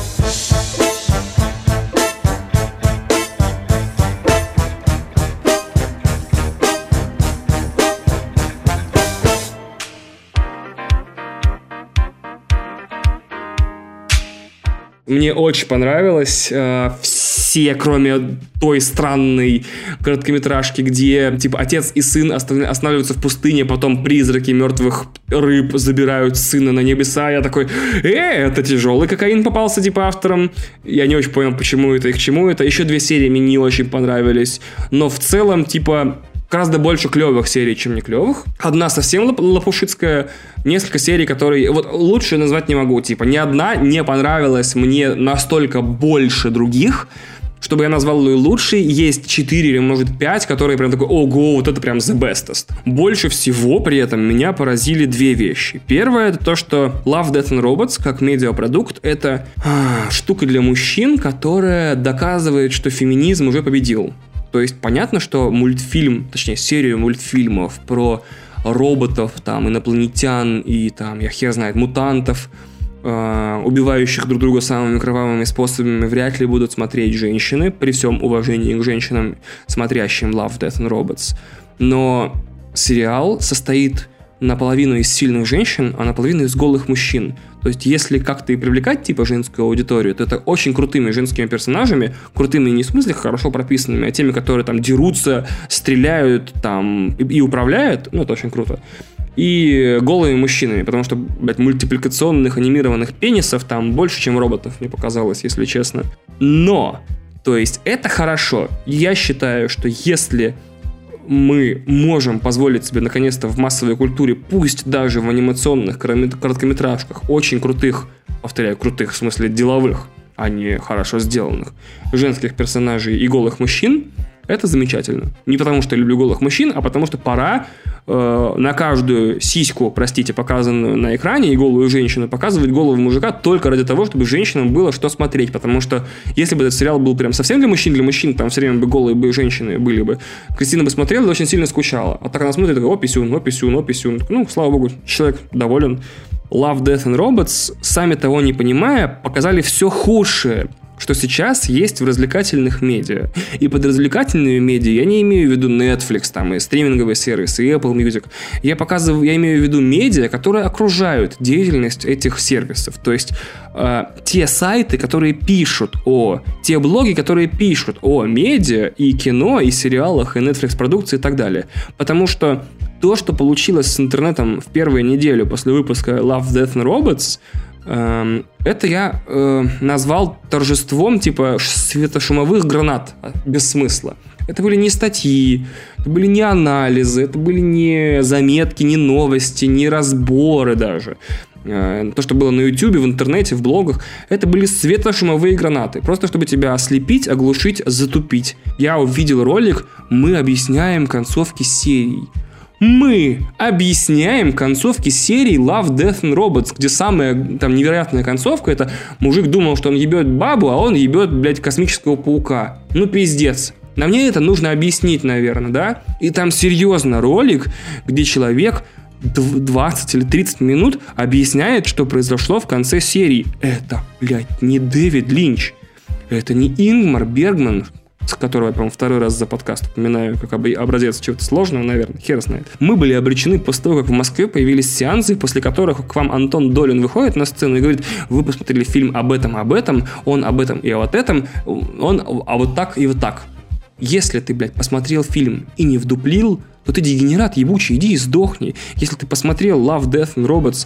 Мне очень понравилось. Все, кроме той странной короткометражки, где типа отец и сын останавливаются в пустыне, потом призраки мертвых рыб забирают сына на небеса. Я такой: э, это тяжелый кокаин попался типа авторам. Я не очень понял, почему это и к чему это. Еще две серии мне не очень понравились. Но в целом, типа, гораздо больше клевых серий, чем не клевых. Одна совсем лоп- лопушицкая, несколько серий, которые вот лучше назвать не могу. Типа, ни одна не понравилась мне настолько больше других, чтобы я назвал ее лучшей. Есть четыре или, может, пять, которые прям такой: ого, вот это прям the bestest. Больше всего при этом меня поразили две вещи. Первое — это то, что Love, Death and Robots, как медиапродукт, это а, штука для мужчин, которая доказывает, что феминизм уже победил. То есть понятно, что мультфильм, точнее серию мультфильмов про роботов, там, инопланетян и там, я хер знает, мутантов, э, убивающих друг друга самыми кровавыми способами, вряд ли будут смотреть женщины, при всем уважении к женщинам, смотрящим Love, Death and Robots. Но сериал состоит наполовину из сильных женщин, а наполовину из голых мужчин. То есть, если как-то и привлекать типа женскую аудиторию, то это очень крутыми женскими персонажами, крутыми не в смысле хорошо прописанными, а теми, которые там дерутся, стреляют там и, и управляют, ну, это очень круто. И голыми мужчинами, потому что, блядь, мультипликационных анимированных пенисов там больше, чем роботов, мне показалось, если честно. Но, то есть, это хорошо. Я считаю, что если мы можем позволить себе наконец-то в массовой культуре, пусть даже в анимационных короткометражках, очень крутых, повторяю, крутых, в смысле деловых, а не хорошо сделанных, женских персонажей и голых мужчин, это замечательно. Не потому, что я люблю голых мужчин, а потому, что пора э, на каждую сиську, простите, показанную на экране, и голую женщину показывать голову мужика только ради того, чтобы женщинам было что смотреть. Потому что если бы этот сериал был прям совсем для мужчин, для мужчин, там все время бы голые бы женщины были бы, Кристина бы смотрела и очень сильно скучала. А так она смотрит и такая, о, писюн, о, писюн, о, писюн. Ну, слава богу, человек доволен. Love, Death and Robots, сами того не понимая, показали все худшее, что сейчас есть в развлекательных медиа. И под развлекательными медиа я не имею в виду Netflix, там, и стриминговые сервисы, и Apple Music. Я показываю, я имею в виду медиа, которые окружают деятельность этих сервисов. То есть э, те сайты, которые пишут о... Те блоги, которые пишут о медиа и кино, и сериалах, и Netflix-продукции и так далее. Потому что то, что получилось с интернетом в первую неделю после выпуска Love, Death and Robots, это я э, назвал торжеством типа светошумовых гранат без смысла. Это были не статьи, это были не анализы, это были не заметки, не новости, не разборы даже. Э, то, что было на YouTube, в интернете, в блогах, это были светошумовые гранаты. Просто чтобы тебя ослепить, оглушить, затупить. Я увидел ролик «Мы объясняем концовки серий». Мы объясняем концовки серии Love, Death and Robots, где самая там невероятная концовка — это мужик думал, что он ебет бабу, а он ебет, блядь, космического паука. Ну, пиздец. На мне это нужно объяснить, наверное, да? И там серьезно ролик, где человек двадцать или тридцать минут объясняет, что произошло в конце серии. Это, блядь, не Дэвид Линч. Это не Ингмар Бергман, с которого я, по-моему, второй раз за подкаст упоминаю, как образец чего-то сложного, наверное, хер знает. Мы были обречены после того, как в Москве появились сеансы, после которых к вам Антон Долин выходит на сцену и говорит: вы посмотрели фильм об этом, об этом, он об этом и вот этом, он а вот так и вот так. Если ты, блядь, посмотрел фильм и не вдуплил, то ты дегенерат ебучий, иди и сдохни. Если ты посмотрел Love, Death and Robots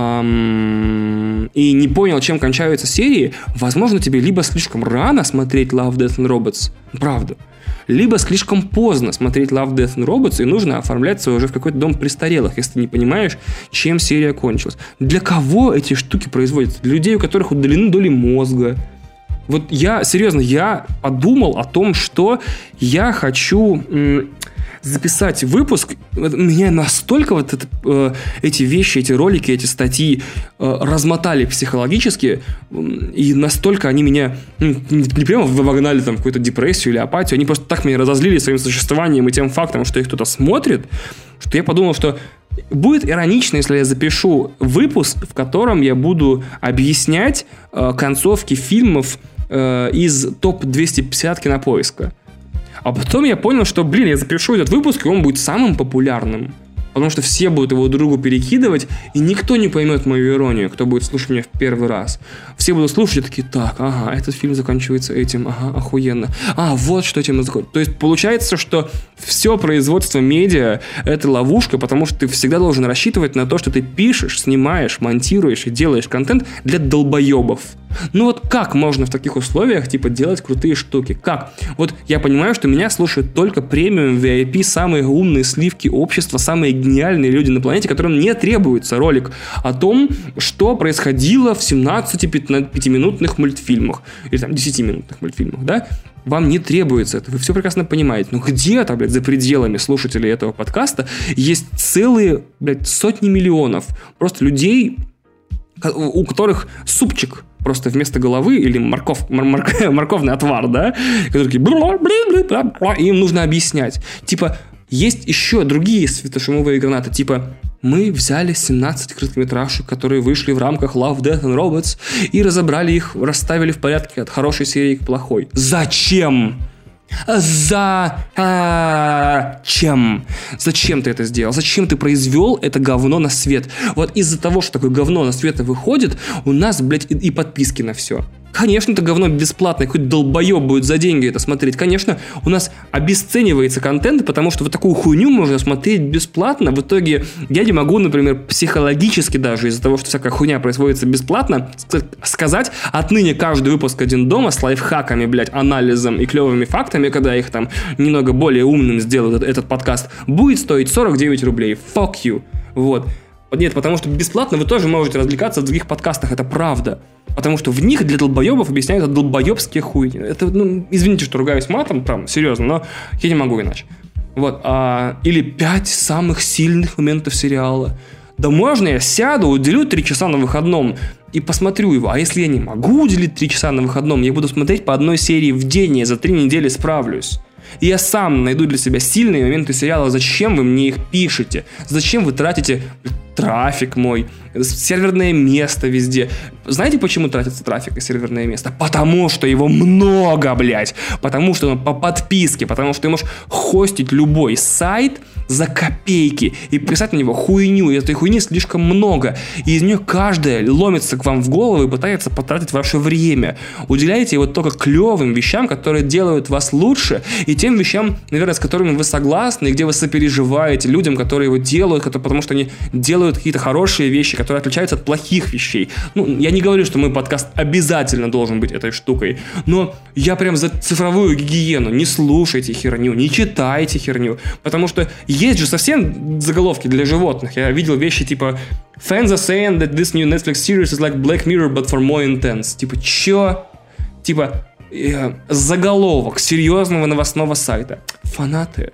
эм, и не понял, чем кончаются серии, возможно, тебе либо слишком рано смотреть Love, Death and Robots, правда, либо слишком поздно смотреть Love, Death and Robots, и нужно оформляться уже в какой-то дом престарелых, если ты не понимаешь, чем серия кончилась. Для кого эти штуки производятся? Для людей, у которых удалены доли мозга. Вот я, серьезно, я подумал о том, что я хочу м- записать выпуск. Меня настолько вот это, э, эти вещи, эти ролики, эти статьи э, размотали психологически, э, и настолько они меня ну, не прямо вогнали там, в какую-то депрессию или апатию, они просто так меня разозлили своим существованием и тем фактом, что их кто-то смотрит, что я подумал, что будет иронично, если я запишу выпуск, в котором я буду объяснять э, концовки фильмов э, из топ двести пятьдесят Кинопоиска. А потом я понял, что, блин, я запишу этот выпуск, и он будет самым популярным. Потому что все будут его друг другу перекидывать, и никто не поймет мою иронию, кто будет слушать меня в первый раз. Все будут слушать и такие: так, ага, этот фильм заканчивается этим, ага, охуенно. А, вот что этим заходит. То есть получается, что все производство медиа — это ловушка, потому что ты всегда должен рассчитывать на то, что ты пишешь, снимаешь, монтируешь и делаешь контент для долбоебов. Ну вот как можно в таких условиях, типа, делать крутые штуки? Как? Вот я понимаю, что меня слушают только премиум, ви ай пи, самые умные сливки общества, самые гениальные люди на планете, которым не требуется ролик о том, что происходило в семнадцати-пятиминутных мультфильмах. Или там десятиминутных мультфильмах, да? Вам не требуется это, вы все прекрасно понимаете. Но где-то, блядь, за пределами слушателей этого подкаста есть целые, блядь, сотни миллионов просто людей, у которых супчик просто вместо головы или морков, мор, мор, морковный отвар, да, которые такие, и им нужно объяснять. Типа, есть еще другие светошумовые гранаты, типа, мы взяли семнадцать короткометражек, которые вышли в рамках Love, Death and Robots, и разобрали их, расставили в порядке от хорошей серии к плохой. Зачем? За... А... Чем? Зачем ты это сделал? Зачем ты произвел это говно на свет? Вот из-за того, что такое говно на свет выходит, у нас, блядь, и, и подписки на все. Конечно, это говно бесплатное, хоть долбоеб будет за деньги это смотреть. Конечно, у нас обесценивается контент, потому что вот такую хуйню можно смотреть бесплатно. В итоге я не могу, например, психологически даже из-за того, что всякая хуйня производится бесплатно, сказать отныне каждый выпуск «Один дома» с лайфхаками, блядь, анализом и клевыми фактами, когда их там немного более умным сделают этот подкаст, будет стоить сорок девять рублей. Fuck you. Вот. Нет, потому что бесплатно вы тоже можете развлекаться в других подкастах, это правда. Потому что в них для долбоебов объясняют долбоебские хуйни. Это, ну, извините, что ругаюсь матом, прям, серьезно, но я не могу иначе. Вот, а, или пять самых сильных моментов сериала. Да можно я сяду, уделю три часа на выходном и посмотрю его. А если я не могу уделить три часа на выходном, я буду смотреть по одной серии в день, и за три недели справлюсь. И я сам найду для себя сильные моменты сериала. Зачем вы мне их пишете? Зачем вы тратите трафик мой, серверное место везде? Знаете, почему тратится трафик и серверное место? Потому что его много, блядь. Потому что он по подписке. Потому что ты можешь хостить любой сайт за копейки и писать на него хуйню. И этой хуйни слишком много. И из нее каждая ломится к вам в голову и пытается потратить ваше время. Уделяйте его только клевым вещам, которые делают вас лучше, и тем вещам, наверное, с которыми вы согласны, и где вы сопереживаете людям, которые его делают, потому что они делают какие-то хорошие вещи, которые отличаются от плохих вещей. Ну, я не говорю, что мой подкаст обязательно должен быть этой штукой, но я прям за цифровую гигиену. Не слушайте херню, не читайте херню, потому что есть же совсем заголовки для животных. Я видел вещи типа «Fans are saying that this new Netflix series is like Black Mirror, but for more intense». Типа, чё? Типа, э, заголовок серьезного новостного сайта. Фанаты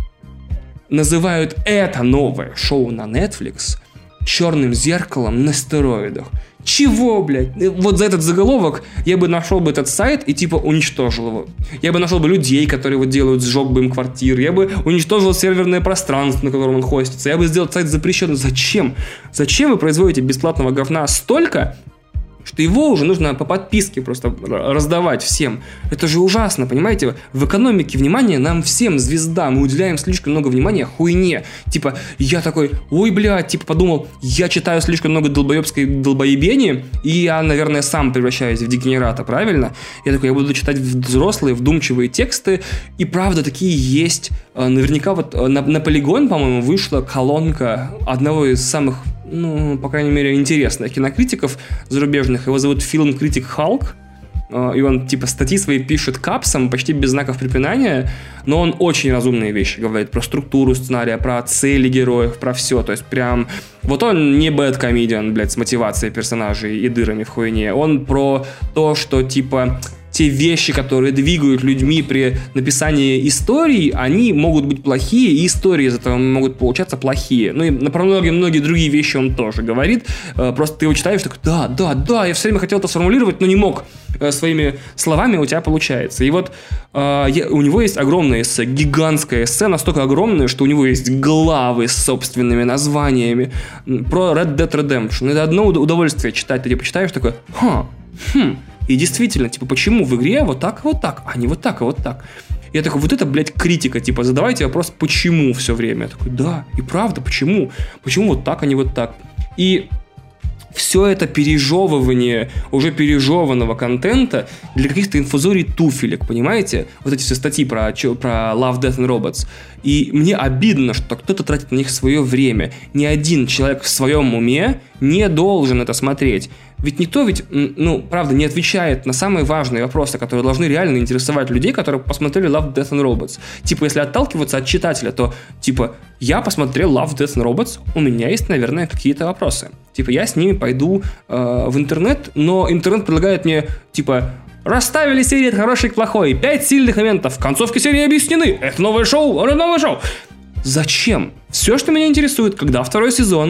называют это новое шоу на Netflix черным зеркалом на стероидах. Чего, блядь? Вот за этот заголовок я бы нашел бы этот сайт и типа уничтожил его. Я бы нашел бы людей, которые вот делают, сжег бы им квартиры. Я бы уничтожил серверное пространство, на котором он хостится. Я бы сделал сайт запрещенным. Зачем? Зачем вы производите бесплатного говна столько, что его уже нужно по подписке просто раздавать всем? Это же ужасно, понимаете? В экономике внимания нам всем звезда. Мы уделяем слишком много внимания хуйне. Типа, я такой, ой, блядь, типа подумал, я читаю слишком много долбоебской долбоебени, и я, наверное, сам превращаюсь в дегенерата, правильно? Я такой, я буду читать взрослые, вдумчивые тексты, и правда, такие есть. Наверняка вот на, на Polygon, по-моему, вышла колонка одного из самых, ну, по крайней мере, интересных кинокритиков зарубежных. Его зовут фильм-критик Халк. И он, типа, статьи свои пишет капсом, почти без знаков препинания, но он очень разумные вещи говорит про структуру сценария, про цели героев, про все. То есть прям... Вот он не бэд-комедиан, блядь, с мотивацией персонажей и дырами в хуйне. Он про то, что, типа... Те вещи, которые двигают людьми при написании историй, они могут быть плохие, и истории из этого могут получаться плохие. Ну и про многие-многие другие вещи он тоже говорит. Просто ты его читаешь, такой, да, да, да, я все время хотел это сформулировать, но не мог своими словами, у тебя получается. И вот э, я, у него есть огромное эссе, гигантское эссе, настолько огромное, что у него есть главы с собственными названиями про Red Dead Redemption. Это одно удовольствие читать. Ты типа читаешь, такой, ха, хм. И действительно, типа, почему в игре вот так и вот так, а не вот так и вот так? Я такой, вот это, блядь, критика, типа, задавайте вопрос, почему все время? Я такой, да, и правда, почему? Почему вот так, а не вот так? И все это пережевывание уже пережеванного контента для каких-то инфузорий туфелек, понимаете? Вот эти все статьи про, про Love, Death and Robots. И мне обидно, что кто-то тратит на них свое время. Ни один человек в своем уме не должен это смотреть. Ведь никто ведь, ну, правда, не отвечает на самые важные вопросы, которые должны реально интересовать людей, которые посмотрели Love, Death and Robots. Типа, если отталкиваться от читателя, то, типа, я посмотрел Love, Death and Robots, у меня есть, наверное, какие-то вопросы. Типа, я с ними пойду э, в интернет, но интернет предлагает мне, типа, расставили серии от хорошей к плохой, пять сильных моментов, в концовке серии объяснены, это новое шоу, это новое шоу. Зачем? Все, что меня интересует, когда второй сезон,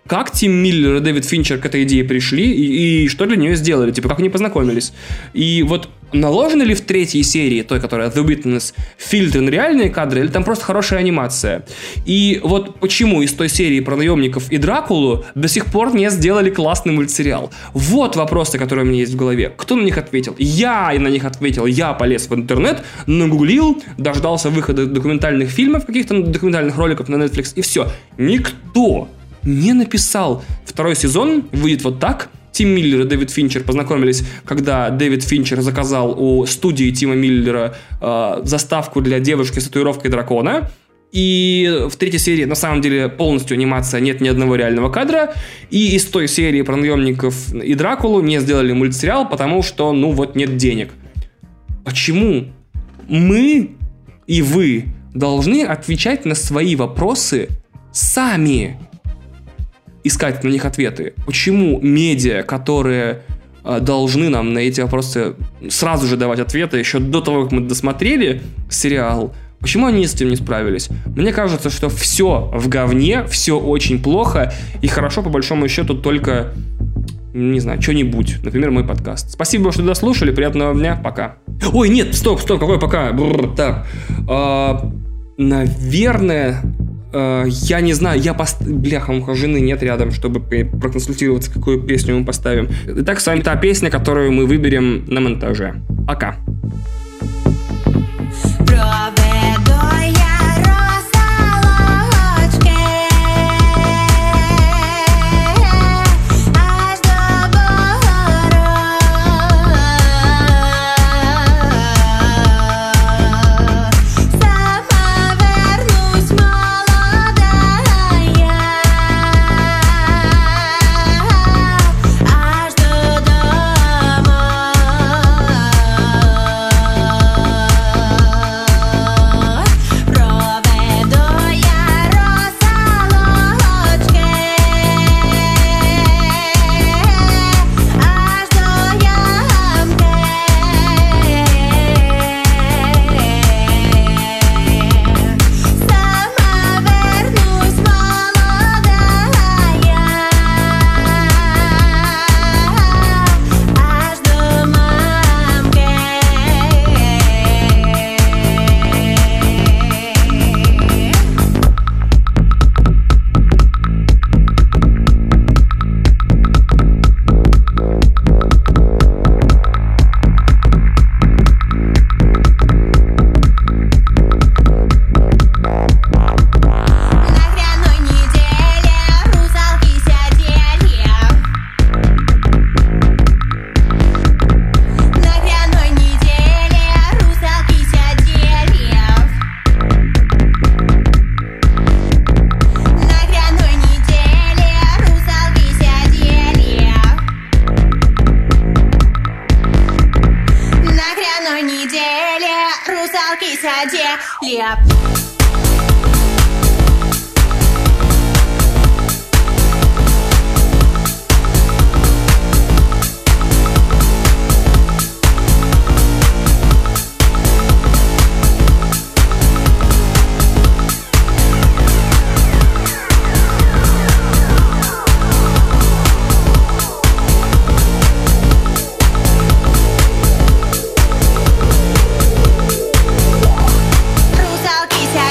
как Тим Миллер и Дэвид Финчер к этой идее пришли и, и что для нее сделали, типа, как они познакомились. И вот наложены ли в третьей серии, той, которая The Witness, фильтры на реальные кадры, или там просто хорошая анимация? И вот почему из той серии про наемников и Дракулу до сих пор не сделали классный мультсериал? Вот вопросы, которые у меня есть в голове. Кто на них ответил? Я на них ответил. Я полез в интернет, нагуглил, дождался выхода документальных фильмов, каких-то документальных роликов на Netflix, и все. Никто не написал. Второй сезон выйдет вот так. Тим Миллер и Дэвид Финчер познакомились, когда Дэвид Финчер заказал у студии Тима Миллера э, заставку для девушки с татуировкой дракона. И в третьей серии, на самом деле, полностью анимация, нет ни одного реального кадра. И из той серии про наемников и Дракулу не сделали мультсериал, потому что, ну вот, нет денег. Почему мы и вы должны отвечать на свои вопросы сами? Искать на них ответы. Почему медиа, которые э, должны нам на эти вопросы сразу же давать ответы, еще до того, как мы досмотрели сериал, почему они с этим не справились? Мне кажется, что все в говне, все очень плохо, и хорошо, по большому счету, только, не знаю, что-нибудь. Например, мой подкаст. Спасибо, что дослушали, приятного дня, пока. Ой, нет, стоп, стоп, какой пока? Бррр, так, э, наверное... Я не знаю, я пост... Бляха, муха, жены нет рядом, чтобы проконсультироваться, какую песню мы поставим. Итак, с вами та песня, которую мы выберем на монтаже. Пока. Леп. Русалки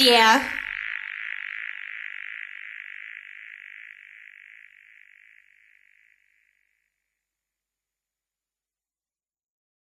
всех!